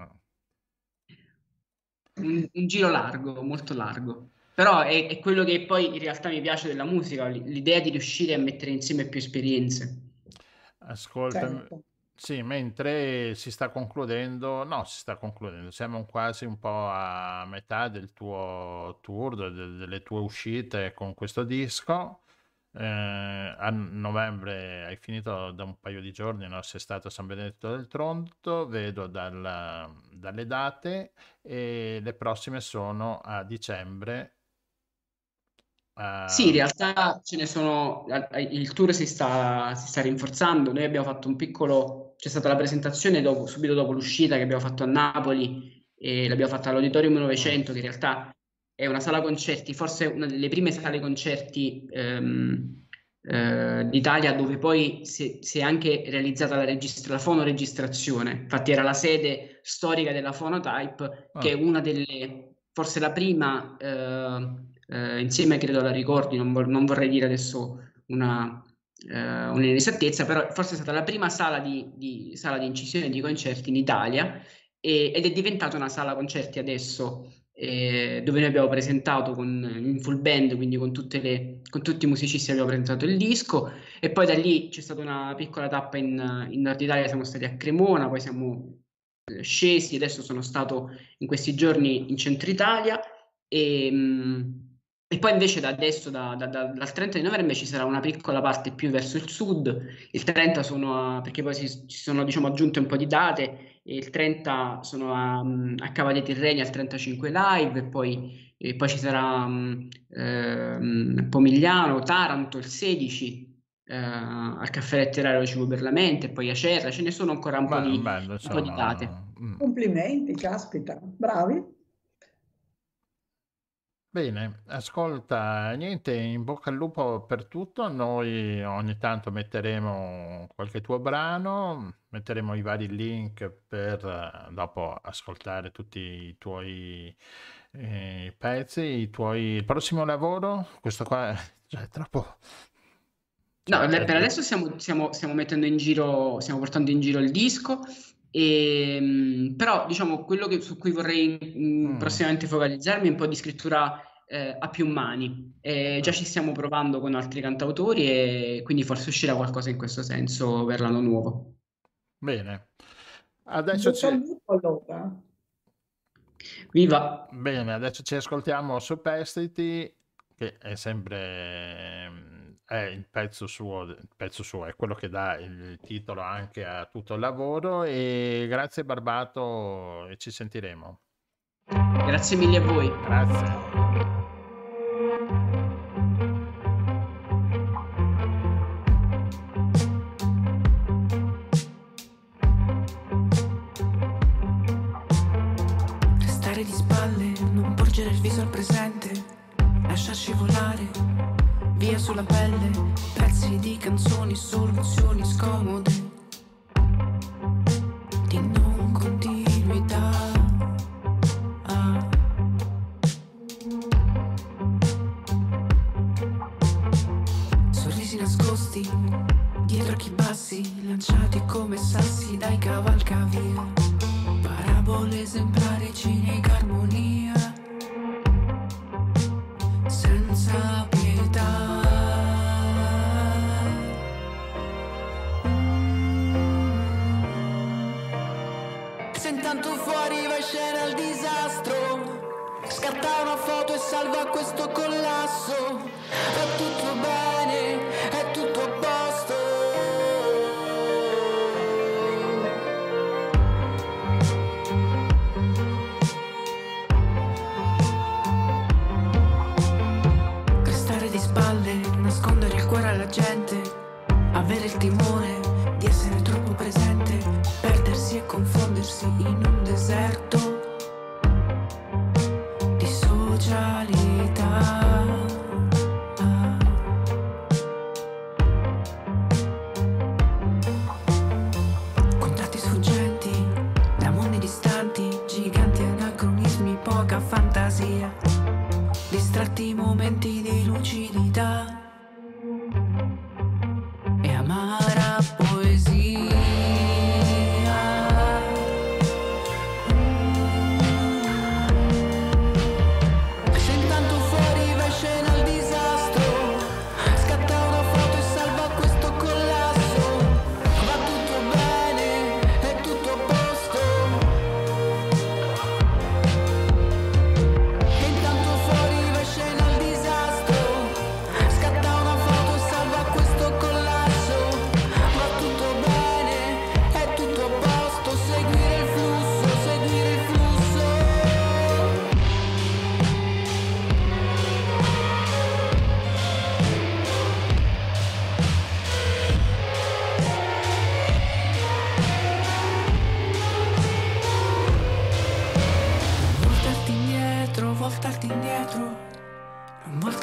Un giro largo, molto largo. Però è quello che poi in realtà mi piace della musica, l'idea di riuscire a mettere insieme più esperienze. Ascolta, Certo. sì, mentre si sta concludendo, siamo quasi un po' a metà del tuo tour, delle tue uscite con questo disco. A novembre hai finito da un paio di giorni, no? Sei stato a San Benedetto del Tronto, vedo dalle date, e le prossime sono a dicembre. Sì, in realtà ce ne sono, il tour si sta rinforzando. Noi abbiamo fatto c'è stata la presentazione subito dopo l'uscita, che abbiamo fatto a Napoli, e l'abbiamo fatta all'Auditorium 900, che in realtà è una sala concerti, forse una delle prime sale concerti d'Italia, dove poi si è anche realizzata la fonoregistrazione. Infatti era la sede storica della Phonotype, che è una delle, forse la prima, insieme credo alla Ricordi, non vorrei dire adesso un'inesattezza, però forse è stata la prima sala di incisione di concerti in Italia, ed è diventata una sala concerti adesso, dove noi abbiamo presentato in full band, quindi con tutti i musicisti abbiamo presentato il disco, e poi da lì c'è stata una piccola tappa in Nord Italia, siamo stati a Cremona, poi siamo scesi, adesso sono stato in questi giorni in Centro Italia, e poi invece da adesso, dal 30 di novembre, ci sarà una piccola parte più verso il sud. Il 30 perché poi ci sono, diciamo, aggiunte un po' di date, e il 30 sono a Cava dei Tirreni al 35 Live, e poi ci sarà Pomigliano, Taranto il 16, al Caffè Letterario Cibo per la Mente, e poi Acerra. Ce ne sono ancora un po' di date. Complimenti, caspita, bravi. Bene, ascolta, niente, in bocca al lupo per tutto. Noi ogni tanto metteremo qualche tuo brano, metteremo i vari link per dopo ascoltare tutti i tuoi pezzi, il prossimo lavoro. Questo qua è troppo... No, per adesso stiamo mettendo in giro, stiamo portando in giro il disco, però diciamo quello su cui vorrei prossimamente focalizzarmi è un po' di scrittura a più mani. Già ci stiamo provando con altri cantautori, e quindi forse uscirà qualcosa in questo senso per l'anno nuovo. Bene, adesso Viva! Bene, adesso ci ascoltiamo Superstiti, che è sempre... è il pezzo suo, è quello che dà il titolo anche a tutto il lavoro. E grazie Barbato, e ci sentiremo. Grazie mille a voi. Grazie. Restare di spalle, non porgere il viso al presente, lasciarci volare via sulla pelle, pezzi di canzoni, soluzioni scomode, di non continuità. Sorrisi nascosti dietro occhi bassi, lanciati come sassi dai cavalcavia, parabole esemplari, cinica armonia, senza pietà. Se intanto fuori va scena il disastro, scatta una foto e salva questo collasso. Va tutto bene, è tutto a posto. Restare di spalle, nascondere il cuore alla gente, avere il timore di essere troppo presente, perdersi e confondersi in un deserto di socialità. Contatti sfuggenti da mondi distanti, giganti anacronismi, poca fantasia, distratti momenti di lucidità e amara poesia. Se intanto fuori va scena il disastro, scatta una foto e salva questo collasso. Va tutto bene, è tutto a posto. E intanto fuori va scena il disastro, scatta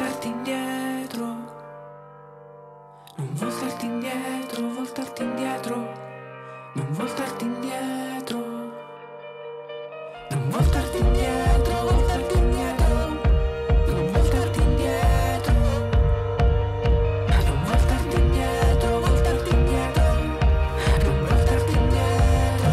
voltarti indietro, non voltarti indietro, voltarti indietro, non voltarti indietro, non voltarti indietro, voltarti indietro, non voltarti indietro, non voltarti indietro, voltarti indietro, non voltarti indietro.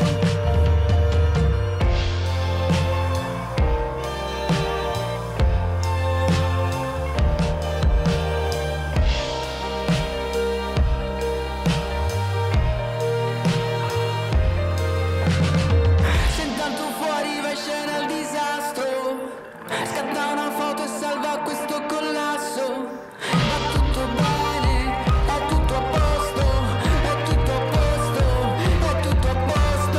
Se intanto fuori va in scena il disastro, scatta una foto e salva questo collasso. Va tutto bene, è tutto a posto, è tutto a posto, è tutto a posto.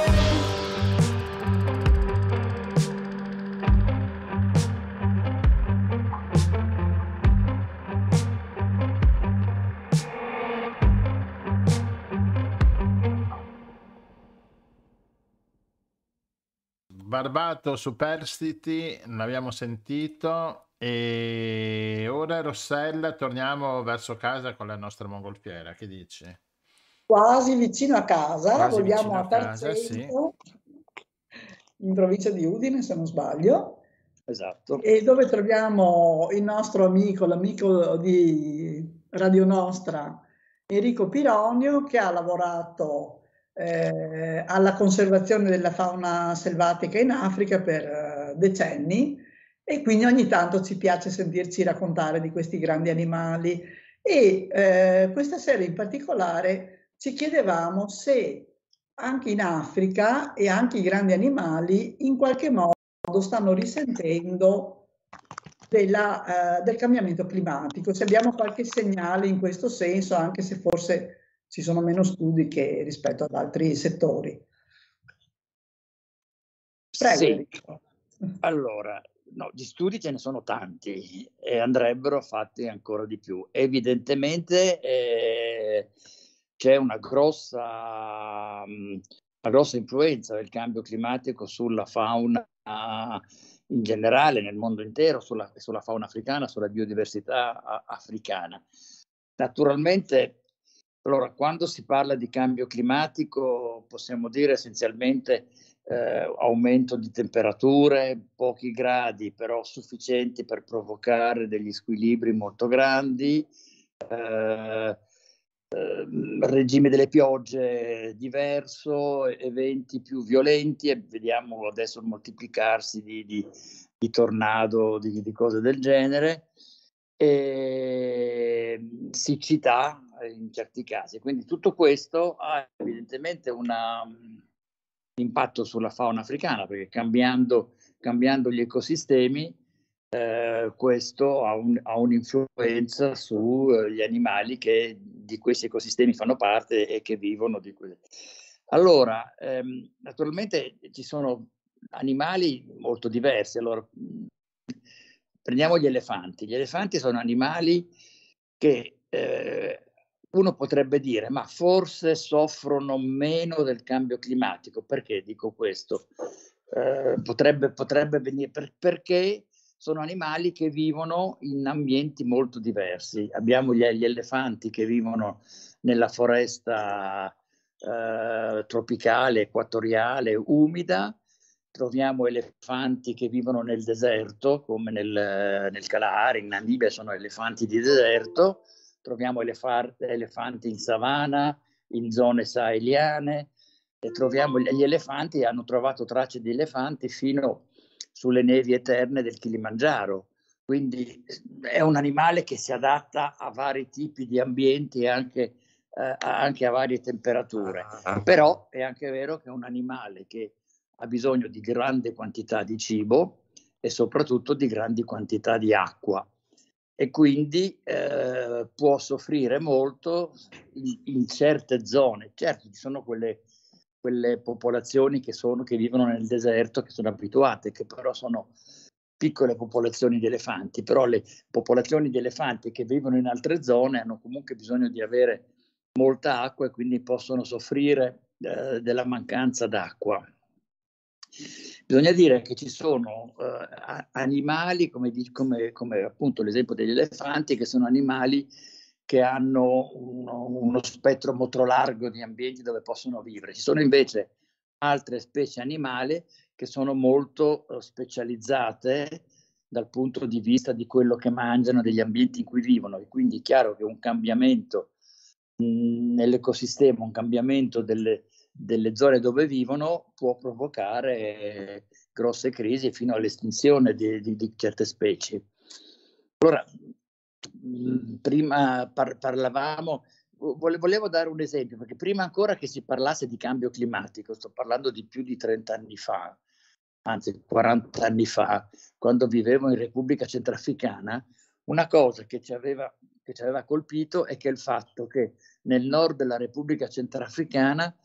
Barbato, superstiti, l'abbiamo sentito, e ora Rossella torniamo verso casa con la nostra mongolfiera, che dici? Quasi vicino a casa, Quasi vogliamo vicino a a casa, Tarzento, in provincia di Udine, se non sbaglio, Esatto. e dove troviamo il nostro amico, l'amico di Radio Nostra, Enrico Pironio, che ha lavorato alla conservazione della fauna selvatica in Africa per decenni, e quindi ogni tanto ci piace sentirci raccontare di questi grandi animali. E questa sera in particolare ci chiedevamo se anche in Africa e anche i grandi animali in qualche modo stanno risentendo del cambiamento climatico, se abbiamo qualche segnale in questo senso, anche se forse ci sono meno studi che rispetto ad altri settori. Prego, Sì. Enrico. Allora, no, di studi ce ne sono tanti e andrebbero fatti ancora di più. Evidentemente c'è una grossa influenza del cambio climatico sulla fauna in generale, nel mondo intero, sulla fauna africana, sulla biodiversità africana. Naturalmente, allora, quando si parla di cambio climatico possiamo dire essenzialmente aumento di temperature, pochi gradi, però sufficienti per provocare degli squilibri molto grandi, regime delle piogge diverso, eventi più violenti, e vediamo adesso il moltiplicarsi di tornado, di cose del genere, e siccità in certi casi. Quindi tutto questo ha evidentemente un impatto sulla fauna africana, perché cambiando gli ecosistemi questo ha un'influenza sugli animali che di questi ecosistemi fanno parte e che vivono di quelli. Allora, naturalmente ci sono animali molto diversi. Allora, prendiamo gli elefanti. Gli elefanti sono animali che uno potrebbe dire, ma forse soffrono meno del cambio climatico. Perché dico questo? Potrebbe venire perché sono animali che vivono in ambienti molto diversi. Abbiamo gli elefanti che vivono nella foresta tropicale, equatoriale, umida. Troviamo elefanti che vivono nel deserto, come nel Kalahari, in Namibia sono elefanti di deserto. Troviamo elefanti in savana, in zone saheliane, e troviamo gli elefanti, hanno trovato tracce di elefanti fino sulle nevi eterne del Kilimangiaro. Quindi è un animale che si adatta a vari tipi di ambienti e anche a varie temperature. Però è anche vero che è un animale che ha bisogno di grande quantità di cibo e soprattutto di grandi quantità di acqua, e quindi può soffrire molto in certe zone. Certo, ci sono quelle popolazioni che vivono nel deserto, che sono abituate, che però sono piccole popolazioni di elefanti, però le popolazioni di elefanti che vivono in altre zone hanno comunque bisogno di avere molta acqua e quindi possono soffrire della mancanza d'acqua. Bisogna dire che ci sono animali, come appunto l'esempio degli elefanti, che sono animali che hanno uno spettro molto largo di ambienti dove possono vivere. Ci sono invece altre specie animali che sono molto specializzate dal punto di vista di quello che mangiano, degli ambienti in cui vivono, e quindi è chiaro che un cambiamento nell'ecosistema, un cambiamento delle zone dove vivono può provocare grosse crisi fino all'estinzione di certe specie. Allora, prima parlavamo, volevo dare un esempio, perché prima ancora che si parlasse di cambio climatico, sto parlando di più di 30 anni fa, anzi 40 anni fa, quando vivevo in Repubblica Centrafricana, una cosa che ci aveva colpito è che il fatto che nel nord della Repubblica Centrafricana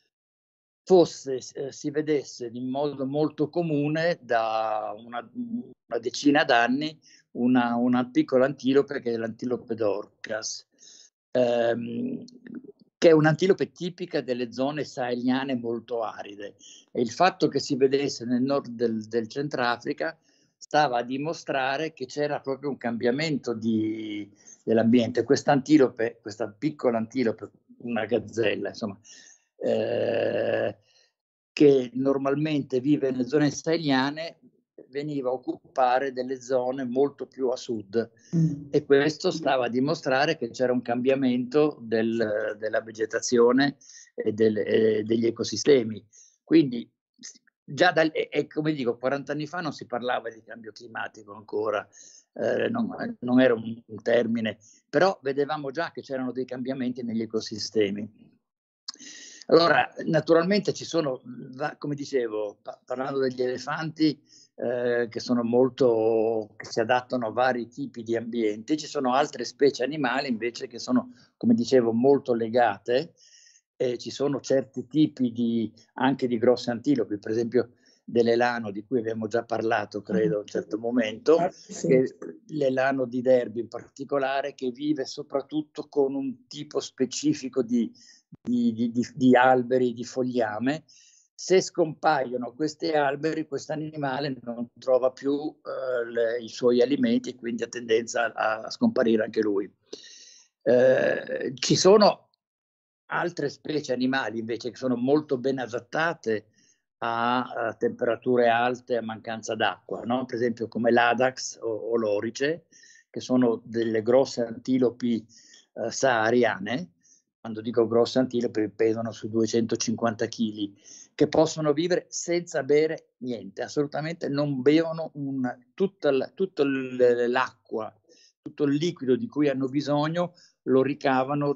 si vedesse in modo molto comune da una decina d'anni una piccola antilope, che è l'antilope d'Orcas, che è un'antilope tipica delle zone saheliane molto aride, e il fatto che si vedesse nel nord del Centrafrica stava a dimostrare che c'era proprio un cambiamento dell'ambiente. Questa piccola antilope, una gazzella, insomma, che normalmente vive nelle zone saheliane, veniva a occupare delle zone molto più a sud, e questo stava a dimostrare che c'era un cambiamento della vegetazione e degli ecosistemi. Quindi già come dico, 40 anni fa non si parlava di cambio climatico ancora, non era un termine, però vedevamo già che c'erano dei cambiamenti negli ecosistemi. Allora, naturalmente ci sono, come dicevo, parlando degli elefanti, che si adattano a vari tipi di ambienti, ci sono altre specie animali invece che sono, come dicevo, molto legate. Ci sono certi tipi anche di grosse antilopi, per esempio dell'elano, di cui abbiamo già parlato, credo, a un certo momento, sì. L'elano di Derby in particolare, che vive soprattutto con un tipo specifico di alberi, di fogliame. Se scompaiono questi alberi, questo animale non trova più i suoi alimenti, e quindi ha tendenza a scomparire anche lui. Ci sono altre specie animali invece che sono molto ben adattate a temperature alte e a mancanza d'acqua, no? Per esempio come l'adax o l'orice, che sono delle grosse antilopi sahariane. Quando dico grosse antilopi pesano su 250 kg, che possono vivere senza bere niente, assolutamente non bevono tutta l'acqua, tutto il liquido di cui hanno bisogno lo ricavano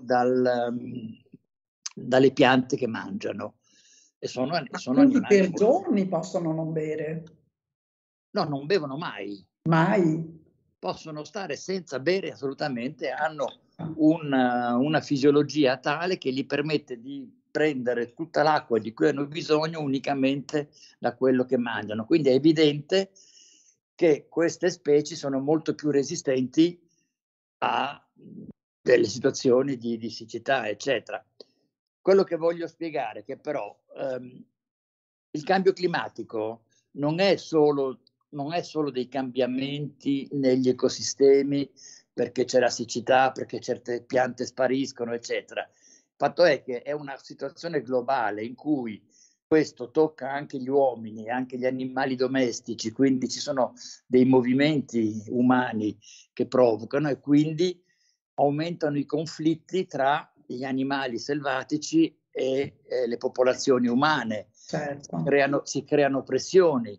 dalle piante che mangiano. E sono Quindi animali per giorni possono non bere? No, non bevono mai. Mai? Possono stare senza bere assolutamente, hanno una fisiologia tale che gli permette di prendere tutta l'acqua di cui hanno bisogno unicamente da quello che mangiano. Quindi è evidente che queste specie sono molto più resistenti a delle situazioni di siccità, eccetera. Quello che voglio spiegare è che però il cambio climatico non è solo dei cambiamenti negli ecosistemi, perché c'è la siccità, perché certe piante spariscono, eccetera. Il fatto è che è una situazione globale in cui questo tocca anche gli uomini, anche gli animali domestici, quindi ci sono dei movimenti umani che provocano, e quindi aumentano i conflitti tra gli animali selvatici e le popolazioni umane. Certo. Si creano pressioni,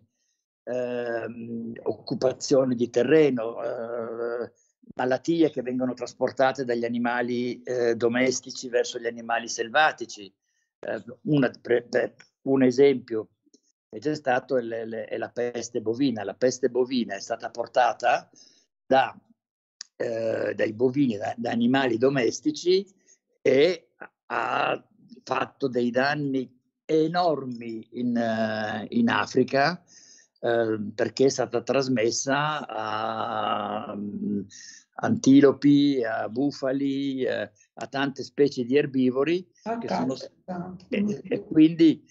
occupazione di terreno, malattie che vengono trasportate dagli animali domestici verso gli animali selvatici. Un esempio che c'è stato è la peste bovina. La peste bovina è stata portata dai bovini, da animali domestici, e ha fatto dei danni enormi in Africa, perché è stata trasmessa a antilopi, a bufali, a tante specie di erbivori, e quindi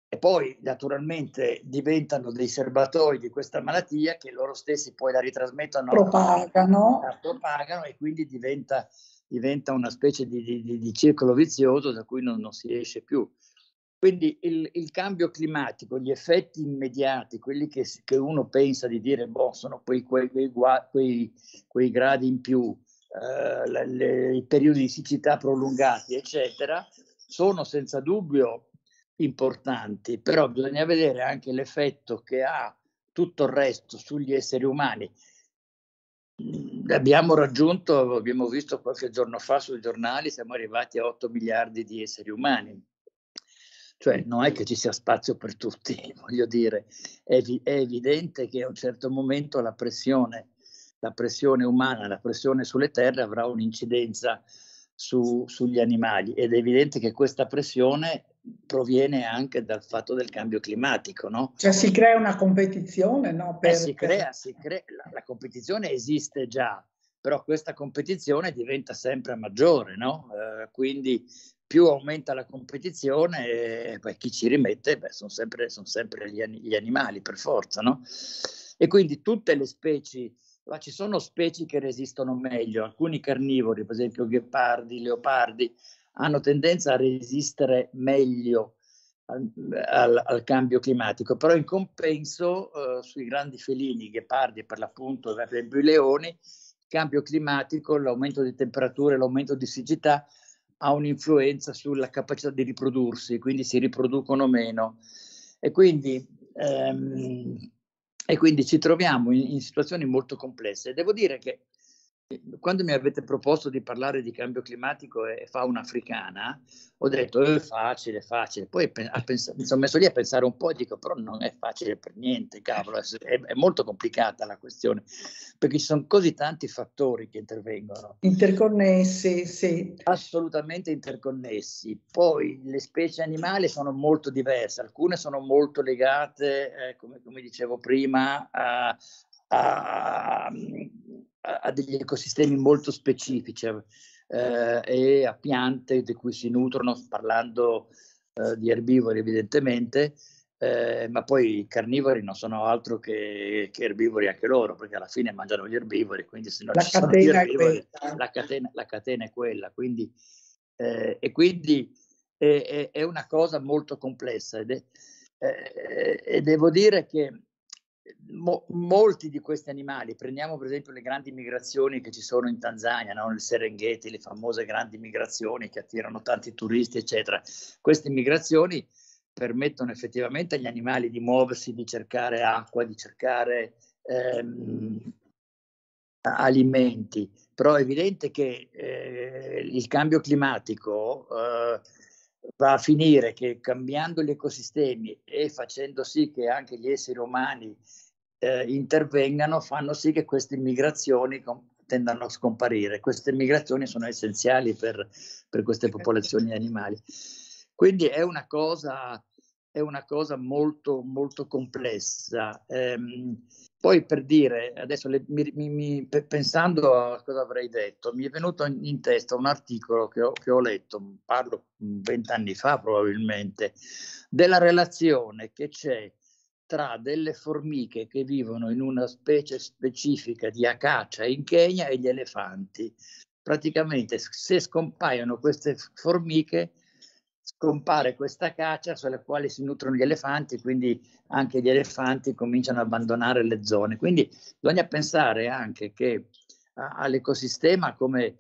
e poi naturalmente diventano dei serbatoi di questa malattia che loro stessi poi la ritrasmettono, propagano e quindi diventa una specie di circolo vizioso da cui non si esce più. Quindi il cambio climatico, gli effetti immediati, quelli che uno pensa di dire, boh, sono quei gradi in più, i periodi di siccità prolungati, eccetera, sono senza dubbio importanti, però bisogna vedere anche l'effetto che ha tutto il resto sugli esseri umani. Abbiamo visto qualche giorno fa sui giornali, siamo arrivati a 8 miliardi di esseri umani. Cioè non è che ci sia spazio per tutti, voglio dire, è evidente che a un certo momento la pressione umana, la pressione sulle terre avrà un'incidenza sugli animali ed è evidente che questa pressione proviene anche dal fatto del cambio climatico, no? Cioè si crea una competizione, no? La competizione esiste già, però questa competizione diventa sempre maggiore, no? Quindi più aumenta la competizione, chi ci rimette sono sempre gli animali, per forza, no? E quindi tutte le specie, ma ci sono specie che resistono meglio, alcuni carnivori, per esempio ghepardi, leopardi, hanno tendenza a resistere meglio al cambio climatico, però in compenso sui grandi felini, ghepardi per l'appunto, per esempio i leoni, il cambio climatico, l'aumento di temperature, l'aumento di siccità ha un'influenza sulla capacità di riprodursi, quindi si riproducono meno e quindi ci troviamo in situazioni molto complesse. Devo dire che quando mi avete proposto di parlare di cambio climatico e fauna africana, ho detto facile, poi mi sono messo lì a pensare un po' e dico però non è facile per niente, cavolo, è molto complicata la questione, perché ci sono così tanti fattori che intervengono. Interconnessi, sì. Assolutamente interconnessi. Poi le specie animali sono molto diverse, alcune sono molto legate, come dicevo prima, a degli ecosistemi molto specifici e a piante di cui si nutrono, parlando di erbivori evidentemente, ma poi i carnivori non sono altro che erbivori anche loro, perché alla fine mangiano gli erbivori, quindi se non ci sono gli erbivori la catena è quella, quindi e quindi è una cosa molto complessa e devo dire che molti di questi animali, prendiamo per esempio le grandi migrazioni che ci sono in Tanzania, no? Nel Serengeti, le famose grandi migrazioni che attirano tanti turisti, eccetera. Queste migrazioni permettono effettivamente agli animali di muoversi, di cercare acqua, di cercare alimenti, però è evidente che il cambio climatico va a finire che cambiando gli ecosistemi e facendo sì che anche gli esseri umani intervengano, fanno sì che queste migrazioni tendano a scomparire. Queste migrazioni sono essenziali per queste popolazioni di animali. Quindi è una cosa molto, molto complessa. Poi per dire, adesso pensando a cosa avrei detto, mi è venuto in testa un articolo che ho letto, parlo 20 anni fa probabilmente, della relazione che c'è tra delle formiche che vivono in una specie specifica di acacia in Kenya e gli elefanti. Praticamente se scompaiono queste formiche, scompare questa caccia sulla quale si nutrono gli elefanti, quindi anche gli elefanti cominciano ad abbandonare le zone. Quindi bisogna pensare anche che all'ecosistema come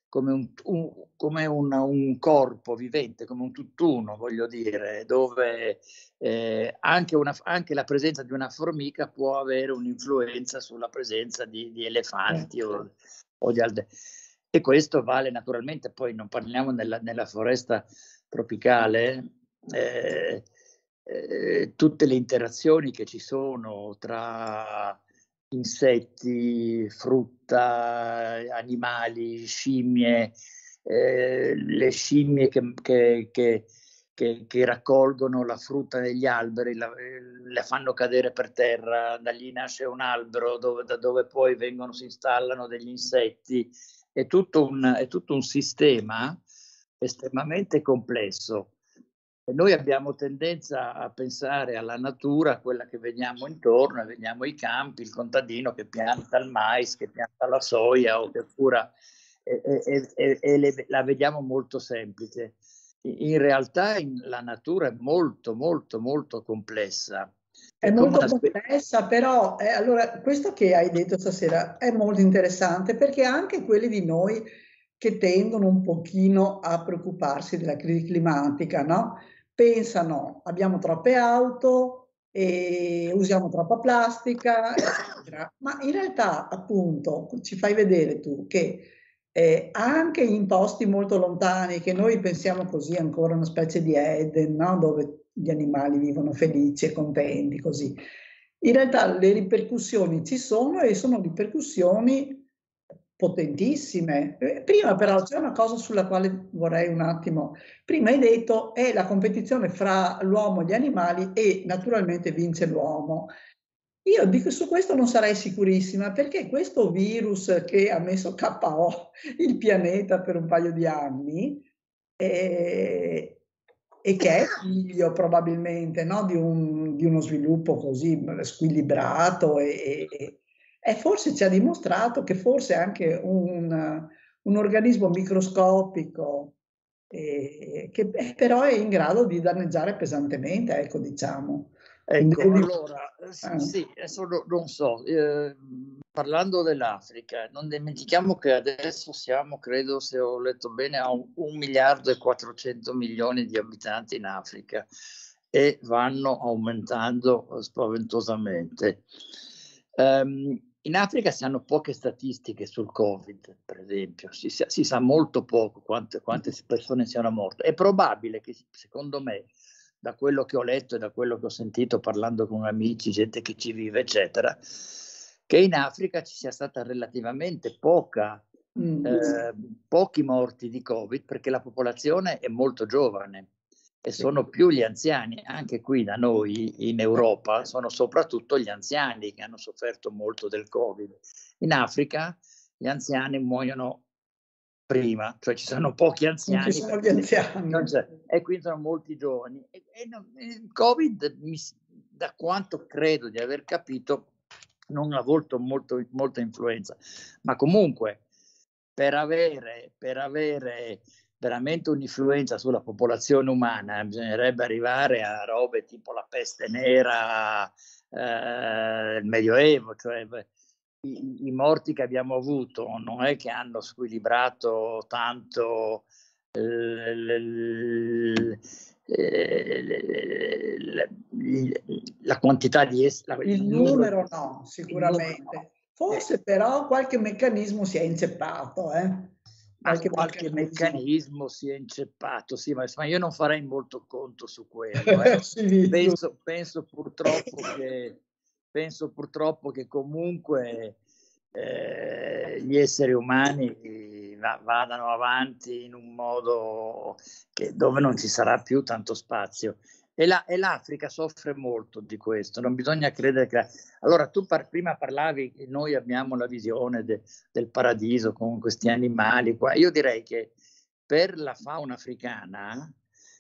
un corpo vivente, come un tutt'uno, voglio dire, dove anche la presenza di una formica può avere un'influenza sulla presenza di elefanti o di altre. E questo vale naturalmente, poi non parliamo nella foresta tropicale, tutte le interazioni che ci sono tra insetti, frutta, animali, scimmie, le scimmie che raccolgono la frutta degli alberi, la fanno cadere per terra, da lì nasce un albero da dove poi si installano degli insetti. È tutto un sistema estremamente complesso E noi abbiamo tendenza a pensare alla natura, quella che vediamo intorno, vediamo i campi, il contadino che pianta il mais, che pianta la soia o che cura, la vediamo molto semplice. In realtà la natura è molto, molto, molto complessa. È molto complessa, però allora, questo che hai detto stasera è molto interessante, perché anche quelli di noi che tendono un pochino a preoccuparsi della crisi climatica, no? Pensano, abbiamo troppe auto e usiamo troppa plastica, eccetera. Ma in realtà, appunto, ci fai vedere tu che anche in posti molto lontani, che noi pensiamo così ancora una specie di Eden, no? Dove gli animali vivono felici e contenti, così. In realtà le ripercussioni ci sono e sono ripercussioni potentissime. Prima però c'è una cosa sulla quale vorrei un attimo, prima hai detto è la competizione fra l'uomo e gli animali e naturalmente vince l'uomo. Io dico, su questo non sarei sicurissima, perché questo virus che ha messo KO il pianeta per un paio di anni e che è figlio probabilmente, no, di uno sviluppo così squilibrato e forse ci ha dimostrato che forse anche un organismo microscopico che però è in grado di danneggiare pesantemente, ecco, diciamo. Ecco, allora, sì, adesso non so, parlando dell'Africa, non dimentichiamo che adesso siamo, credo, se ho letto bene, a 1 miliardo e 400 milioni di abitanti in Africa e vanno aumentando spaventosamente. In Africa si hanno poche statistiche sul Covid, per esempio, si sa molto poco quante persone siano morte. È probabile che, secondo me, da quello che ho letto e da quello che ho sentito parlando con amici, gente che ci vive, eccetera, che in Africa ci sia stata relativamente pochi morti di Covid, perché la popolazione è molto giovane e sono più gli anziani. Anche qui da noi in Europa sono soprattutto gli anziani che hanno sofferto molto del Covid. In Africa gli anziani muoiono prima, cioè ci sono pochi anziani, non ci sono gli anziani. E quindi sono molti giovani. Il Covid, da quanto credo di aver capito, non ha avuto molta influenza, ma comunque per avere veramente un'influenza sulla popolazione umana bisognerebbe arrivare a robe tipo la peste nera, il Medioevo, cioè i morti che abbiamo avuto non è che hanno squilibrato tanto la quantità di il numero no, sicuramente. Forse però qualche meccanismo si è inceppato, qualche meccanismo si è inceppato, sì, ma io non farei molto conto su quello. Sì, penso purtroppo che comunque gli esseri umani vadano avanti in un modo dove non ci sarà più tanto spazio. E l'Africa soffre molto di questo, non bisogna credere che... Allora, tu prima parlavi che noi abbiamo la visione del paradiso con questi animali qua. Io direi che per la fauna africana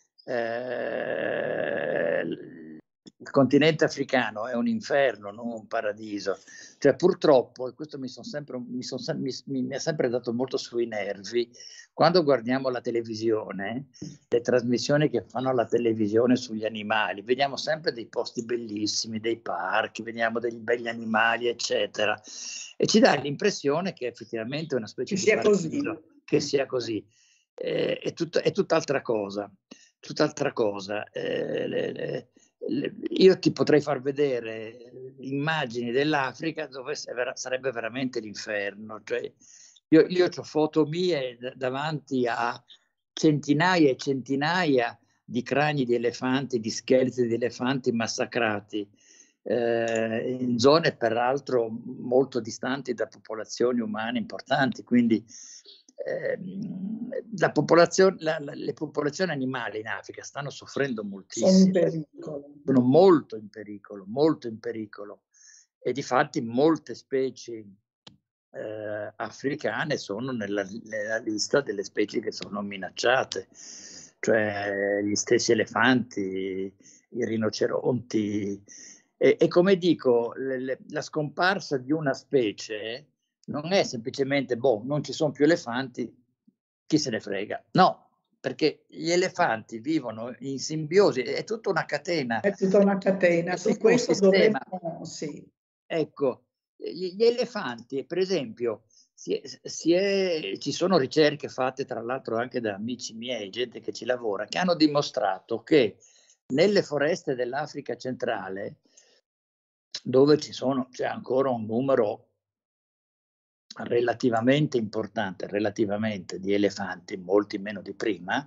il continente africano è un inferno, non un paradiso. Cioè, purtroppo, e questo mi ha sempre dato molto sui nervi, quando guardiamo la televisione, le trasmissioni che fanno alla televisione sugli animali, vediamo sempre dei posti bellissimi, dei parchi, vediamo degli belli animali, eccetera, e ci dà l'impressione che effettivamente è una specie di paradiso, che sia così. È tutt'altra cosa. Io ti potrei far vedere immagini dell'Africa dove sarebbe veramente l'inferno. Cioè, io ho foto mie davanti a centinaia e centinaia di crani di elefanti, di scheletri di elefanti massacrati in zone peraltro molto distanti da popolazioni umane importanti. Quindi le popolazioni animali in Africa stanno soffrendo moltissimo, sono molto in pericolo, e difatti molte specie africane sono nella lista delle specie che sono minacciate. cioè gli stessi elefanti, i rinoceronti. E come dico, la scomparsa di una specie non è semplicemente, non ci sono più elefanti, chi se ne frega. No, perché gli elefanti vivono in simbiosi, è tutta una catena. È tutta una catena, su questo sistema. dovremmo, sì. Ecco, gli elefanti, per esempio, ci sono ricerche fatte tra l'altro anche da amici miei, gente che ci lavora, che hanno dimostrato che nelle foreste dell'Africa centrale, dove c'è ancora un numero relativamente importante, di elefanti, molti meno di prima,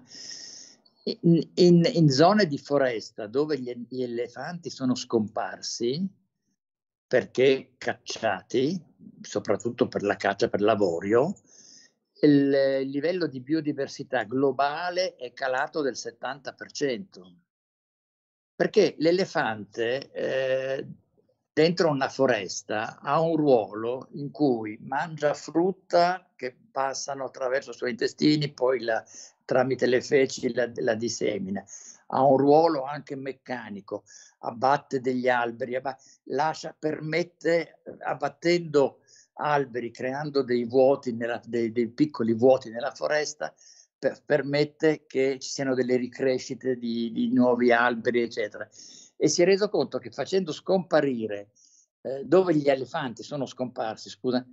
in zone di foresta dove gli elefanti sono scomparsi perché cacciati, soprattutto per la caccia per l'avorio, il livello di biodiversità globale è calato del 70%, perché l'elefante dentro una foresta ha un ruolo in cui mangia frutta che passano attraverso i suoi intestini, poi tramite le feci la dissemina. Ha un ruolo anche meccanico, abbatte degli alberi, permette, abbattendo alberi, creando dei vuoti, dei piccoli vuoti nella foresta, permette che ci siano delle ricrescite di nuovi alberi, eccetera. E si è reso conto che facendo scomparire dove gli elefanti sono scomparsi,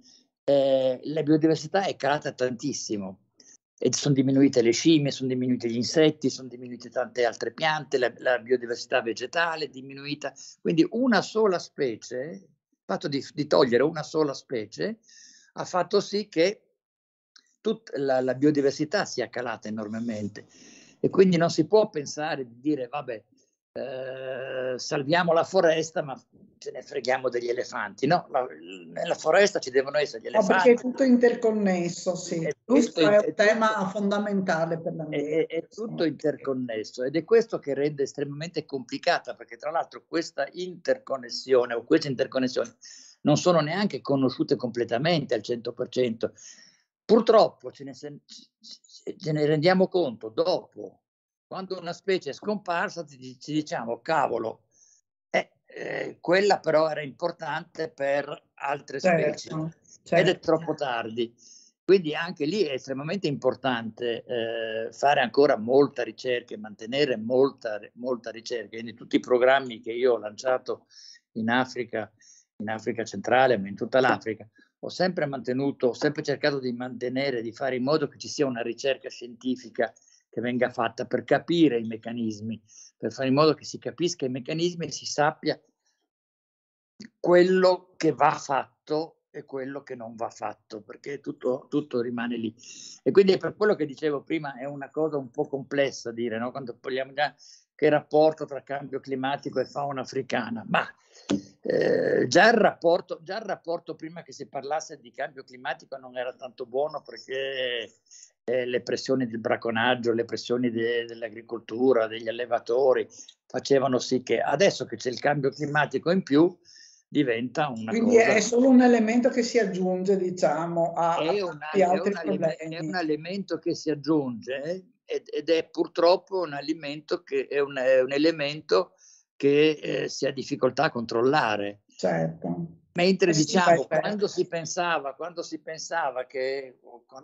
la biodiversità è calata tantissimo. E sono diminuite le scimmie, sono diminuiti gli insetti, sono diminuite tante altre piante, la biodiversità vegetale è diminuita. Quindi una sola specie, il fatto di togliere una sola specie, ha fatto sì che tutta la biodiversità sia calata enormemente. E quindi non si può pensare di dire, vabbè, salviamo la foresta, ma ce ne freghiamo degli elefanti. No, nella foresta ci devono essere gli elefanti. Perché è tutto interconnesso, sì. Questo è un tema fondamentale per l'ambiente. È tutto interconnesso ed è questo che rende estremamente complicata, perché tra l'altro questa interconnessione o queste interconnessioni non sono neanche conosciute completamente al 100%. Purtroppo ce ne rendiamo conto dopo. Quando una specie è scomparsa ci diciamo, cavolo, quella però era importante per altre specie, ed è troppo tardi. Quindi anche lì è estremamente importante fare ancora molta ricerca e mantenere molta ricerca. In tutti i programmi che io ho lanciato in Africa centrale, ma in tutta l'Africa, ho sempre cercato di mantenere, di fare in modo che ci sia una ricerca scientifica che venga fatta per capire i meccanismi, per fare in modo che si capisca i meccanismi e si sappia quello che va fatto e quello che non va fatto, perché tutto rimane lì. E quindi è per quello che dicevo prima, è una cosa un po' complessa dire, no? Quando parliamo che rapporto tra cambio climatico e fauna africana, ma già il rapporto prima che si parlasse di cambio climatico non era tanto buono, perché le pressioni del bracconaggio, le pressioni dell'agricoltura, degli allevatori facevano sì che adesso che c'è il cambio climatico in più diventa una Quindi cosa... è solo un elemento che si aggiunge, diciamo, a altri problemi. È un elemento che si aggiunge ed è purtroppo un elemento che si ha difficoltà a controllare. Certo. Mentre diciamo, quando si pensava che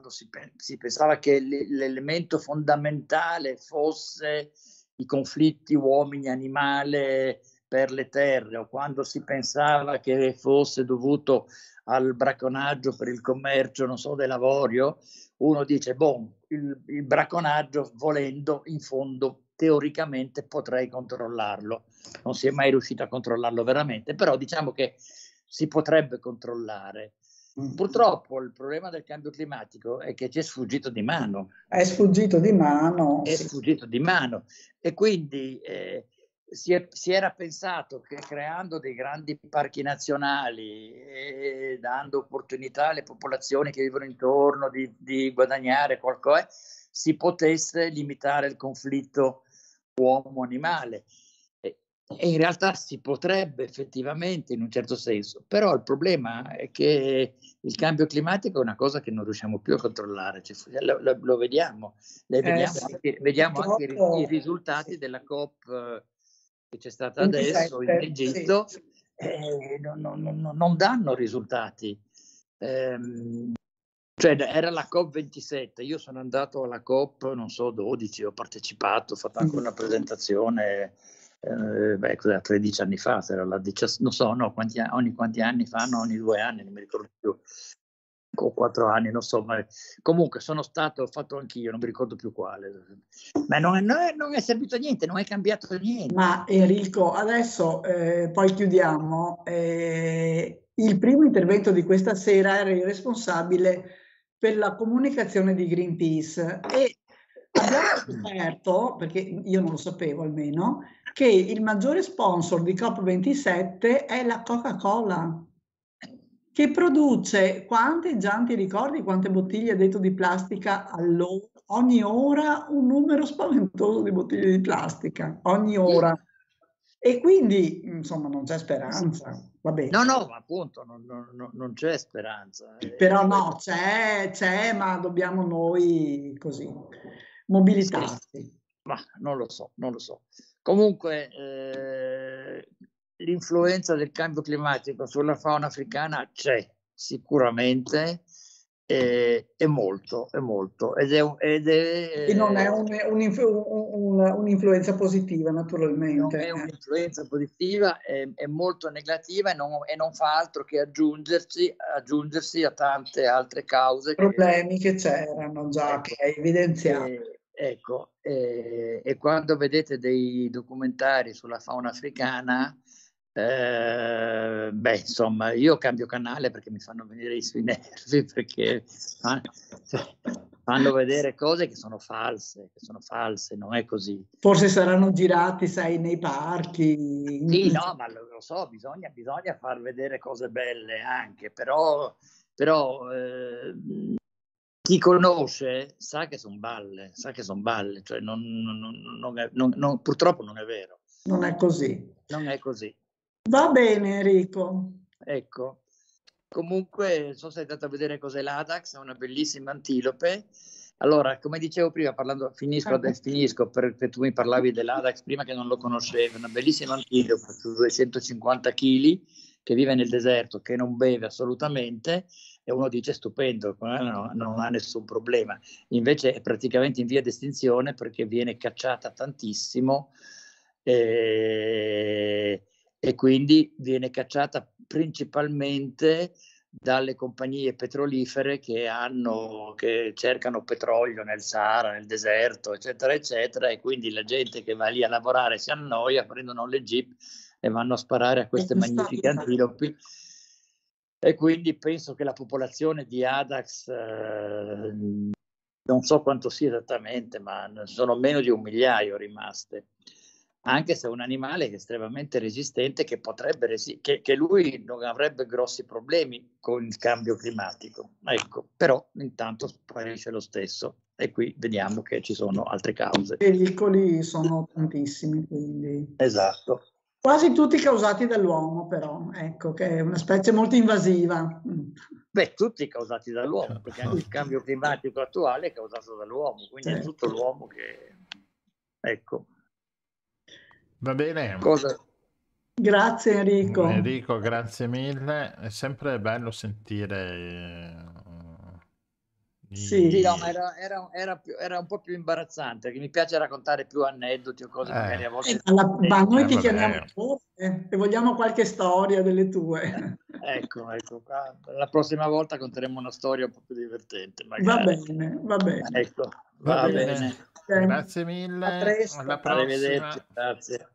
l'elemento fondamentale fosse i conflitti uomini-animale per le terre, o quando si pensava che fosse dovuto al bracconaggio per il commercio, non so, dell'avorio, uno dice, il bracconaggio, volendo, in fondo, teoricamente potrei controllarlo. Non si è mai riuscito a controllarlo veramente, però diciamo che si potrebbe controllare. Purtroppo il problema del cambio climatico è che ci è sfuggito di mano. È sfuggito di mano. Sfuggito di mano. E quindi si era pensato che creando dei grandi parchi nazionali e dando opportunità alle popolazioni che vivono intorno di guadagnare qualcosa, si potesse limitare il conflitto uomo-animale. E in realtà si potrebbe effettivamente in un certo senso, però il problema è che il cambio climatico è una cosa che non riusciamo più a controllare, lo vediamo, vediamo anche i risultati della COP che c'è stata adesso in Egitto, sì. Non danno risultati. Cioè era la COP27, io sono andato alla COP, non so, 12, ho partecipato, ho fatto anche una presentazione, 13 anni fa, non so, no, ogni quanti anni fanno, ogni 2 anni, non mi ricordo più, o 4 anni, non so, ma comunque ho fatto anch'io, non mi ricordo più quale, ma non è servito a niente, non è cambiato niente. Ma Enrico, adesso poi chiudiamo. Il primo intervento di questa sera era il responsabile per la comunicazione di Greenpeace e abbiamo scoperto, perché io non lo sapevo almeno, che il maggiore sponsor di COP27 è la Coca-Cola, che produce ti ricordi quante bottiglie detto di plastica ogni ora? Un numero spaventoso di bottiglie di plastica, ogni ora. E quindi, insomma, non c'è speranza. Va bene. No, ma appunto non c'è speranza. Però no, c'è, ma dobbiamo noi così mobilitarsi. Sì. Ma non lo so. Comunque, l'influenza del cambio climatico sulla fauna africana c'è sicuramente, è molto, e non è un'influenza positiva, naturalmente. Non è un'influenza positiva, è molto negativa e non fa altro che aggiungersi a tante altre cause. Problemi che c'erano già, che hai evidenziato. E quando vedete dei documentari sulla fauna africana, insomma, io cambio canale perché mi fanno venire sui nervi, perché fanno vedere cose che sono false, non è così. Forse saranno girati, sai, nei parchi. Sì, no, ma lo so, bisogna far vedere cose belle anche, però chi conosce sa che sono balle, cioè purtroppo non è vero. Non è così. Non è così. Va bene, Enrico. Ecco, comunque, non so se hai andato a vedere cos'è l'Adax, è una bellissima antilope. Allora, come dicevo prima, finisco, perché tu mi parlavi dell'Adax prima che non lo conoscevi, una bellissima antilope su 250 kg che vive nel deserto, che non beve assolutamente, e uno dice stupendo, non ha nessun problema. Invece è praticamente in via di estinzione perché viene cacciata tantissimo, e quindi viene cacciata principalmente dalle compagnie petrolifere che cercano petrolio nel Sahara, nel deserto, eccetera, eccetera, e quindi la gente che va lì a lavorare si annoia, prendono le jeep e vanno a sparare a queste magnifiche antilopi. E quindi penso che la popolazione di Adax, non so quanto sia esattamente, ma sono meno di 1 migliaio rimaste. Anche se è un animale che è estremamente resistente, che potrebbe che lui non avrebbe grossi problemi con il cambio climatico. Ecco, però intanto sparisce lo stesso. E qui vediamo che ci sono altre cause. I pericoli sono tantissimi, quindi. Esatto. Quasi tutti causati dall'uomo, però, ecco, che è una specie molto invasiva. Beh, tutti causati dall'uomo, perché anche il cambio climatico attuale è causato dall'uomo, quindi è tutto l'uomo che... Ecco. Va bene. Grazie Enrico. Enrico, grazie mille. È sempre bello sentire. Sì, no, ma era un po' più imbarazzante, perché mi piace raccontare più aneddoti o cose magari a volte. Ma noi ti chiamiamo e vogliamo qualche storia delle tue. Ecco, la prossima volta conteremo una storia un po' più divertente. Magari. Va bene. Ecco, va bene. Grazie mille. A presto. Alla prossima. Arrivederci. Grazie.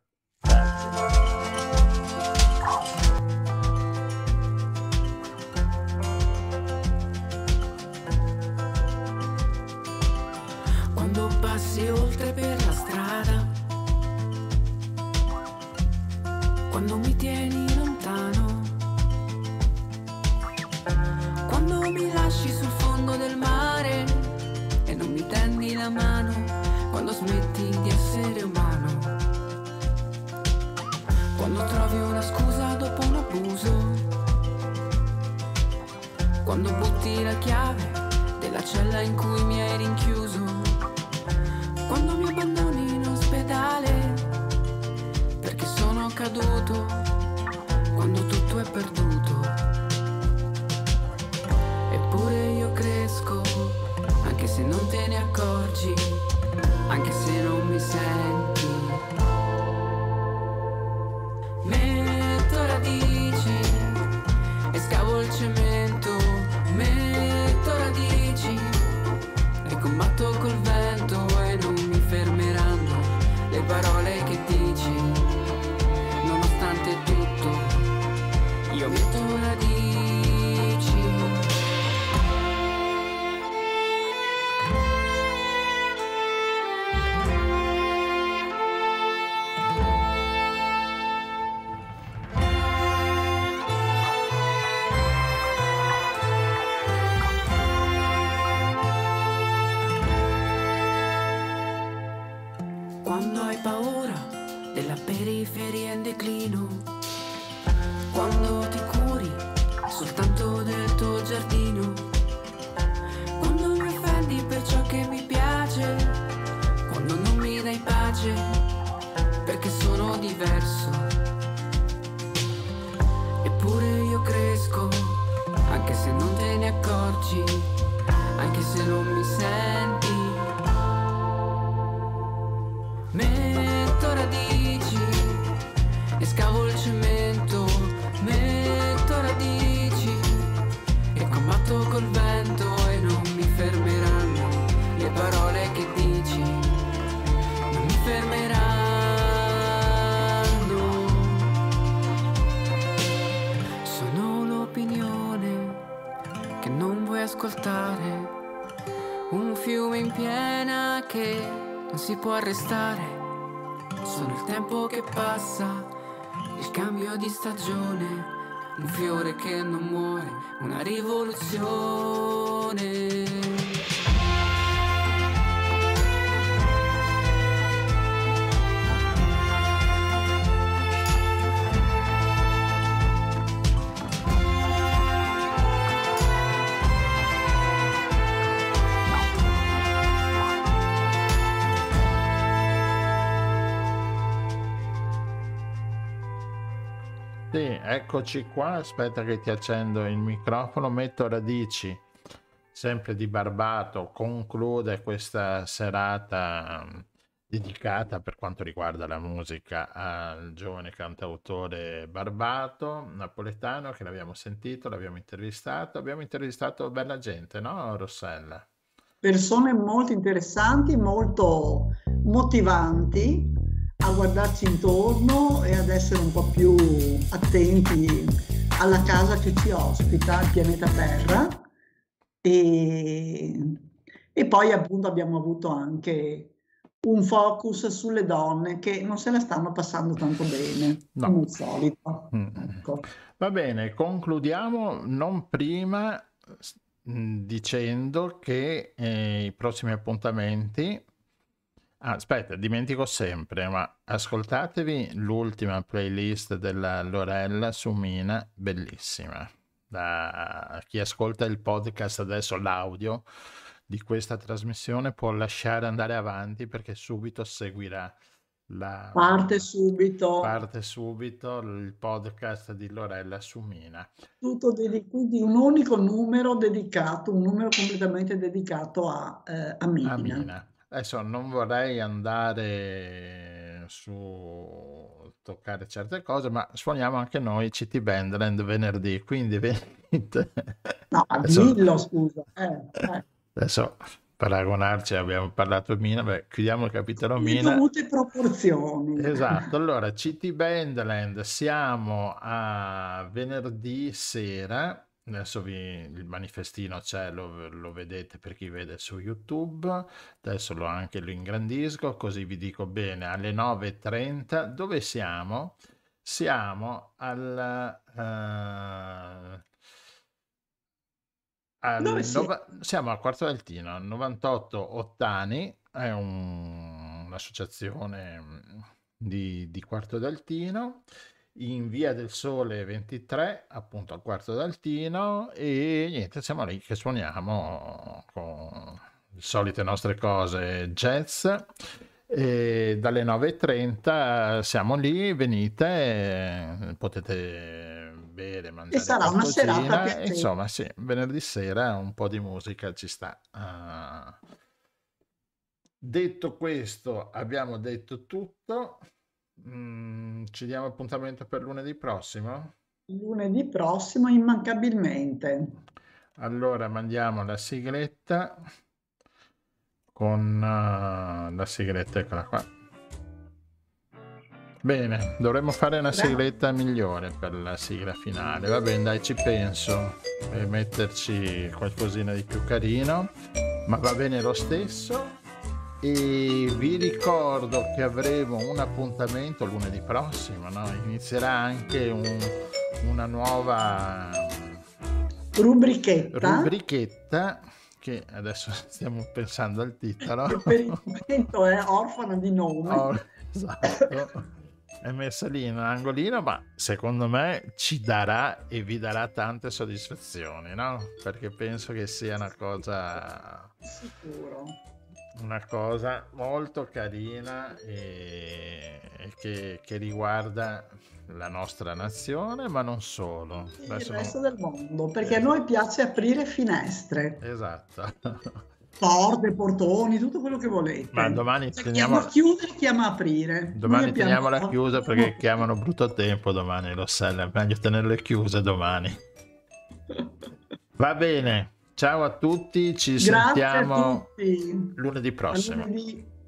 Quando passi oltre per la strada, quando mi tieni lontano, quando mi lasci sul fondo del mare e non mi tendi la mano, quando smetti di essere umano. cella in cui mi hai rinchiuso, quando mi abbandoni in ospedale, perché sono caduto, quando tutto è perduto. Eppure io cresco, anche se non te ne accorgi, anche se non mi senti. Metto radici e scavo il cemento, metto radici e combatto col vento, e non mi fermeranno le parole che dici. Nonostante tutto, io metto radici. Quando hai paura della periferia in declino, quando ti curi soltanto del tuo giardino, quando mi offendi per ciò che mi piace, quando non mi dai pace perché sono diverso. Eppure io cresco, anche se non te ne accorgi, anche se non mi senti. Metto radici e scavo il cemento, metto radici e combatto col vento, e non mi fermeranno le parole che dici, non mi fermeranno. Sono l'opinione che non vuoi ascoltare, un fiume in piena che non si può arrestare. Sono il tempo che passa, il cambio di stagione, un fiore che non muore, una rivoluzione. Sì, eccoci qua, aspetta che ti accendo il microfono, metto radici, sempre di Barbato, conclude questa serata dedicata per quanto riguarda la musica al giovane cantautore Barbato, napoletano, che l'abbiamo sentito, l'abbiamo intervistato bella gente, no Rossella? Persone molto interessanti, molto motivanti a guardarci intorno e ad essere un po' più attenti alla casa che ci ospita, il pianeta Terra. E poi appunto abbiamo avuto anche un focus sulle donne che non se la stanno passando tanto bene, No. come al solito. Ecco. Va bene, concludiamo non prima dicendo che i prossimi appuntamenti... aspetta, dimentico sempre, ma ascoltatevi l'ultima playlist della Lorella su Mina, bellissima. Da chi ascolta il podcast adesso, l'audio di questa trasmissione può lasciare andare avanti perché subito seguirà Parte subito il podcast di Lorella su Mina. tutto quindi un unico numero dedicato, un numero completamente dedicato a Mina. A Mina. Adesso non vorrei andare su toccare certe cose, ma suoniamo anche noi City Bandland venerdì, quindi venite. No, Adesso- dillo, scusa. Adesso paragonarci, abbiamo parlato Mina, beh, chiudiamo il capitolo In Mina. dovute proporzioni. Esatto, allora City Bandland, siamo a venerdì sera, adesso il manifestino c'è, lo vedete per chi vede su YouTube, adesso anche lo ingrandisco, così vi dico bene, alle 9:30, dove siamo? Siamo Dove siamo? siamo a Quarto d'Altino, 98 Ottani, è un'associazione di Quarto d'Altino, in Via del Sole 23, appunto a Quarto d'Altino, e niente, siamo lì che suoniamo con solite nostre cose jazz. E dalle 9:30 siamo lì, venite, potete bere, mangiare E sarà una serata qualcosina, piacevole. insomma sì, venerdì sera un po' di musica ci sta. Detto questo, abbiamo detto tutto. Ci diamo appuntamento per lunedì prossimo? Lunedì prossimo immancabilmente. Allora mandiamo la sigletta con la sigletta, eccola qua. Bene, dovremmo fare una sigletta migliore per la sigla finale. Va bene, dai, ci penso, e metterci qualcosina di più carino, ma va bene lo stesso. E vi ricordo che avremo un appuntamento lunedì prossimo, no? Inizierà anche una nuova rubrichetta che adesso stiamo pensando al titolo. Che per il momento è orfana di nome. Esatto, è messa lì in un angolino, ma secondo me ci darà e vi darà tante soddisfazioni, no? Perché penso che sia una cosa molto carina e che riguarda la nostra nazione, ma non solo. Il resto del mondo, perché a noi piace aprire finestre. Esatto. Porte, portoni, tutto quello che volete. Ma domani chiama a chiudere, chiama a aprire. Domani teniamola chiusa perché chiamano brutto tempo domani, Rossella, è meglio tenerle chiuse domani. Va bene, ciao a tutti, ci sentiamo lunedì prossimo.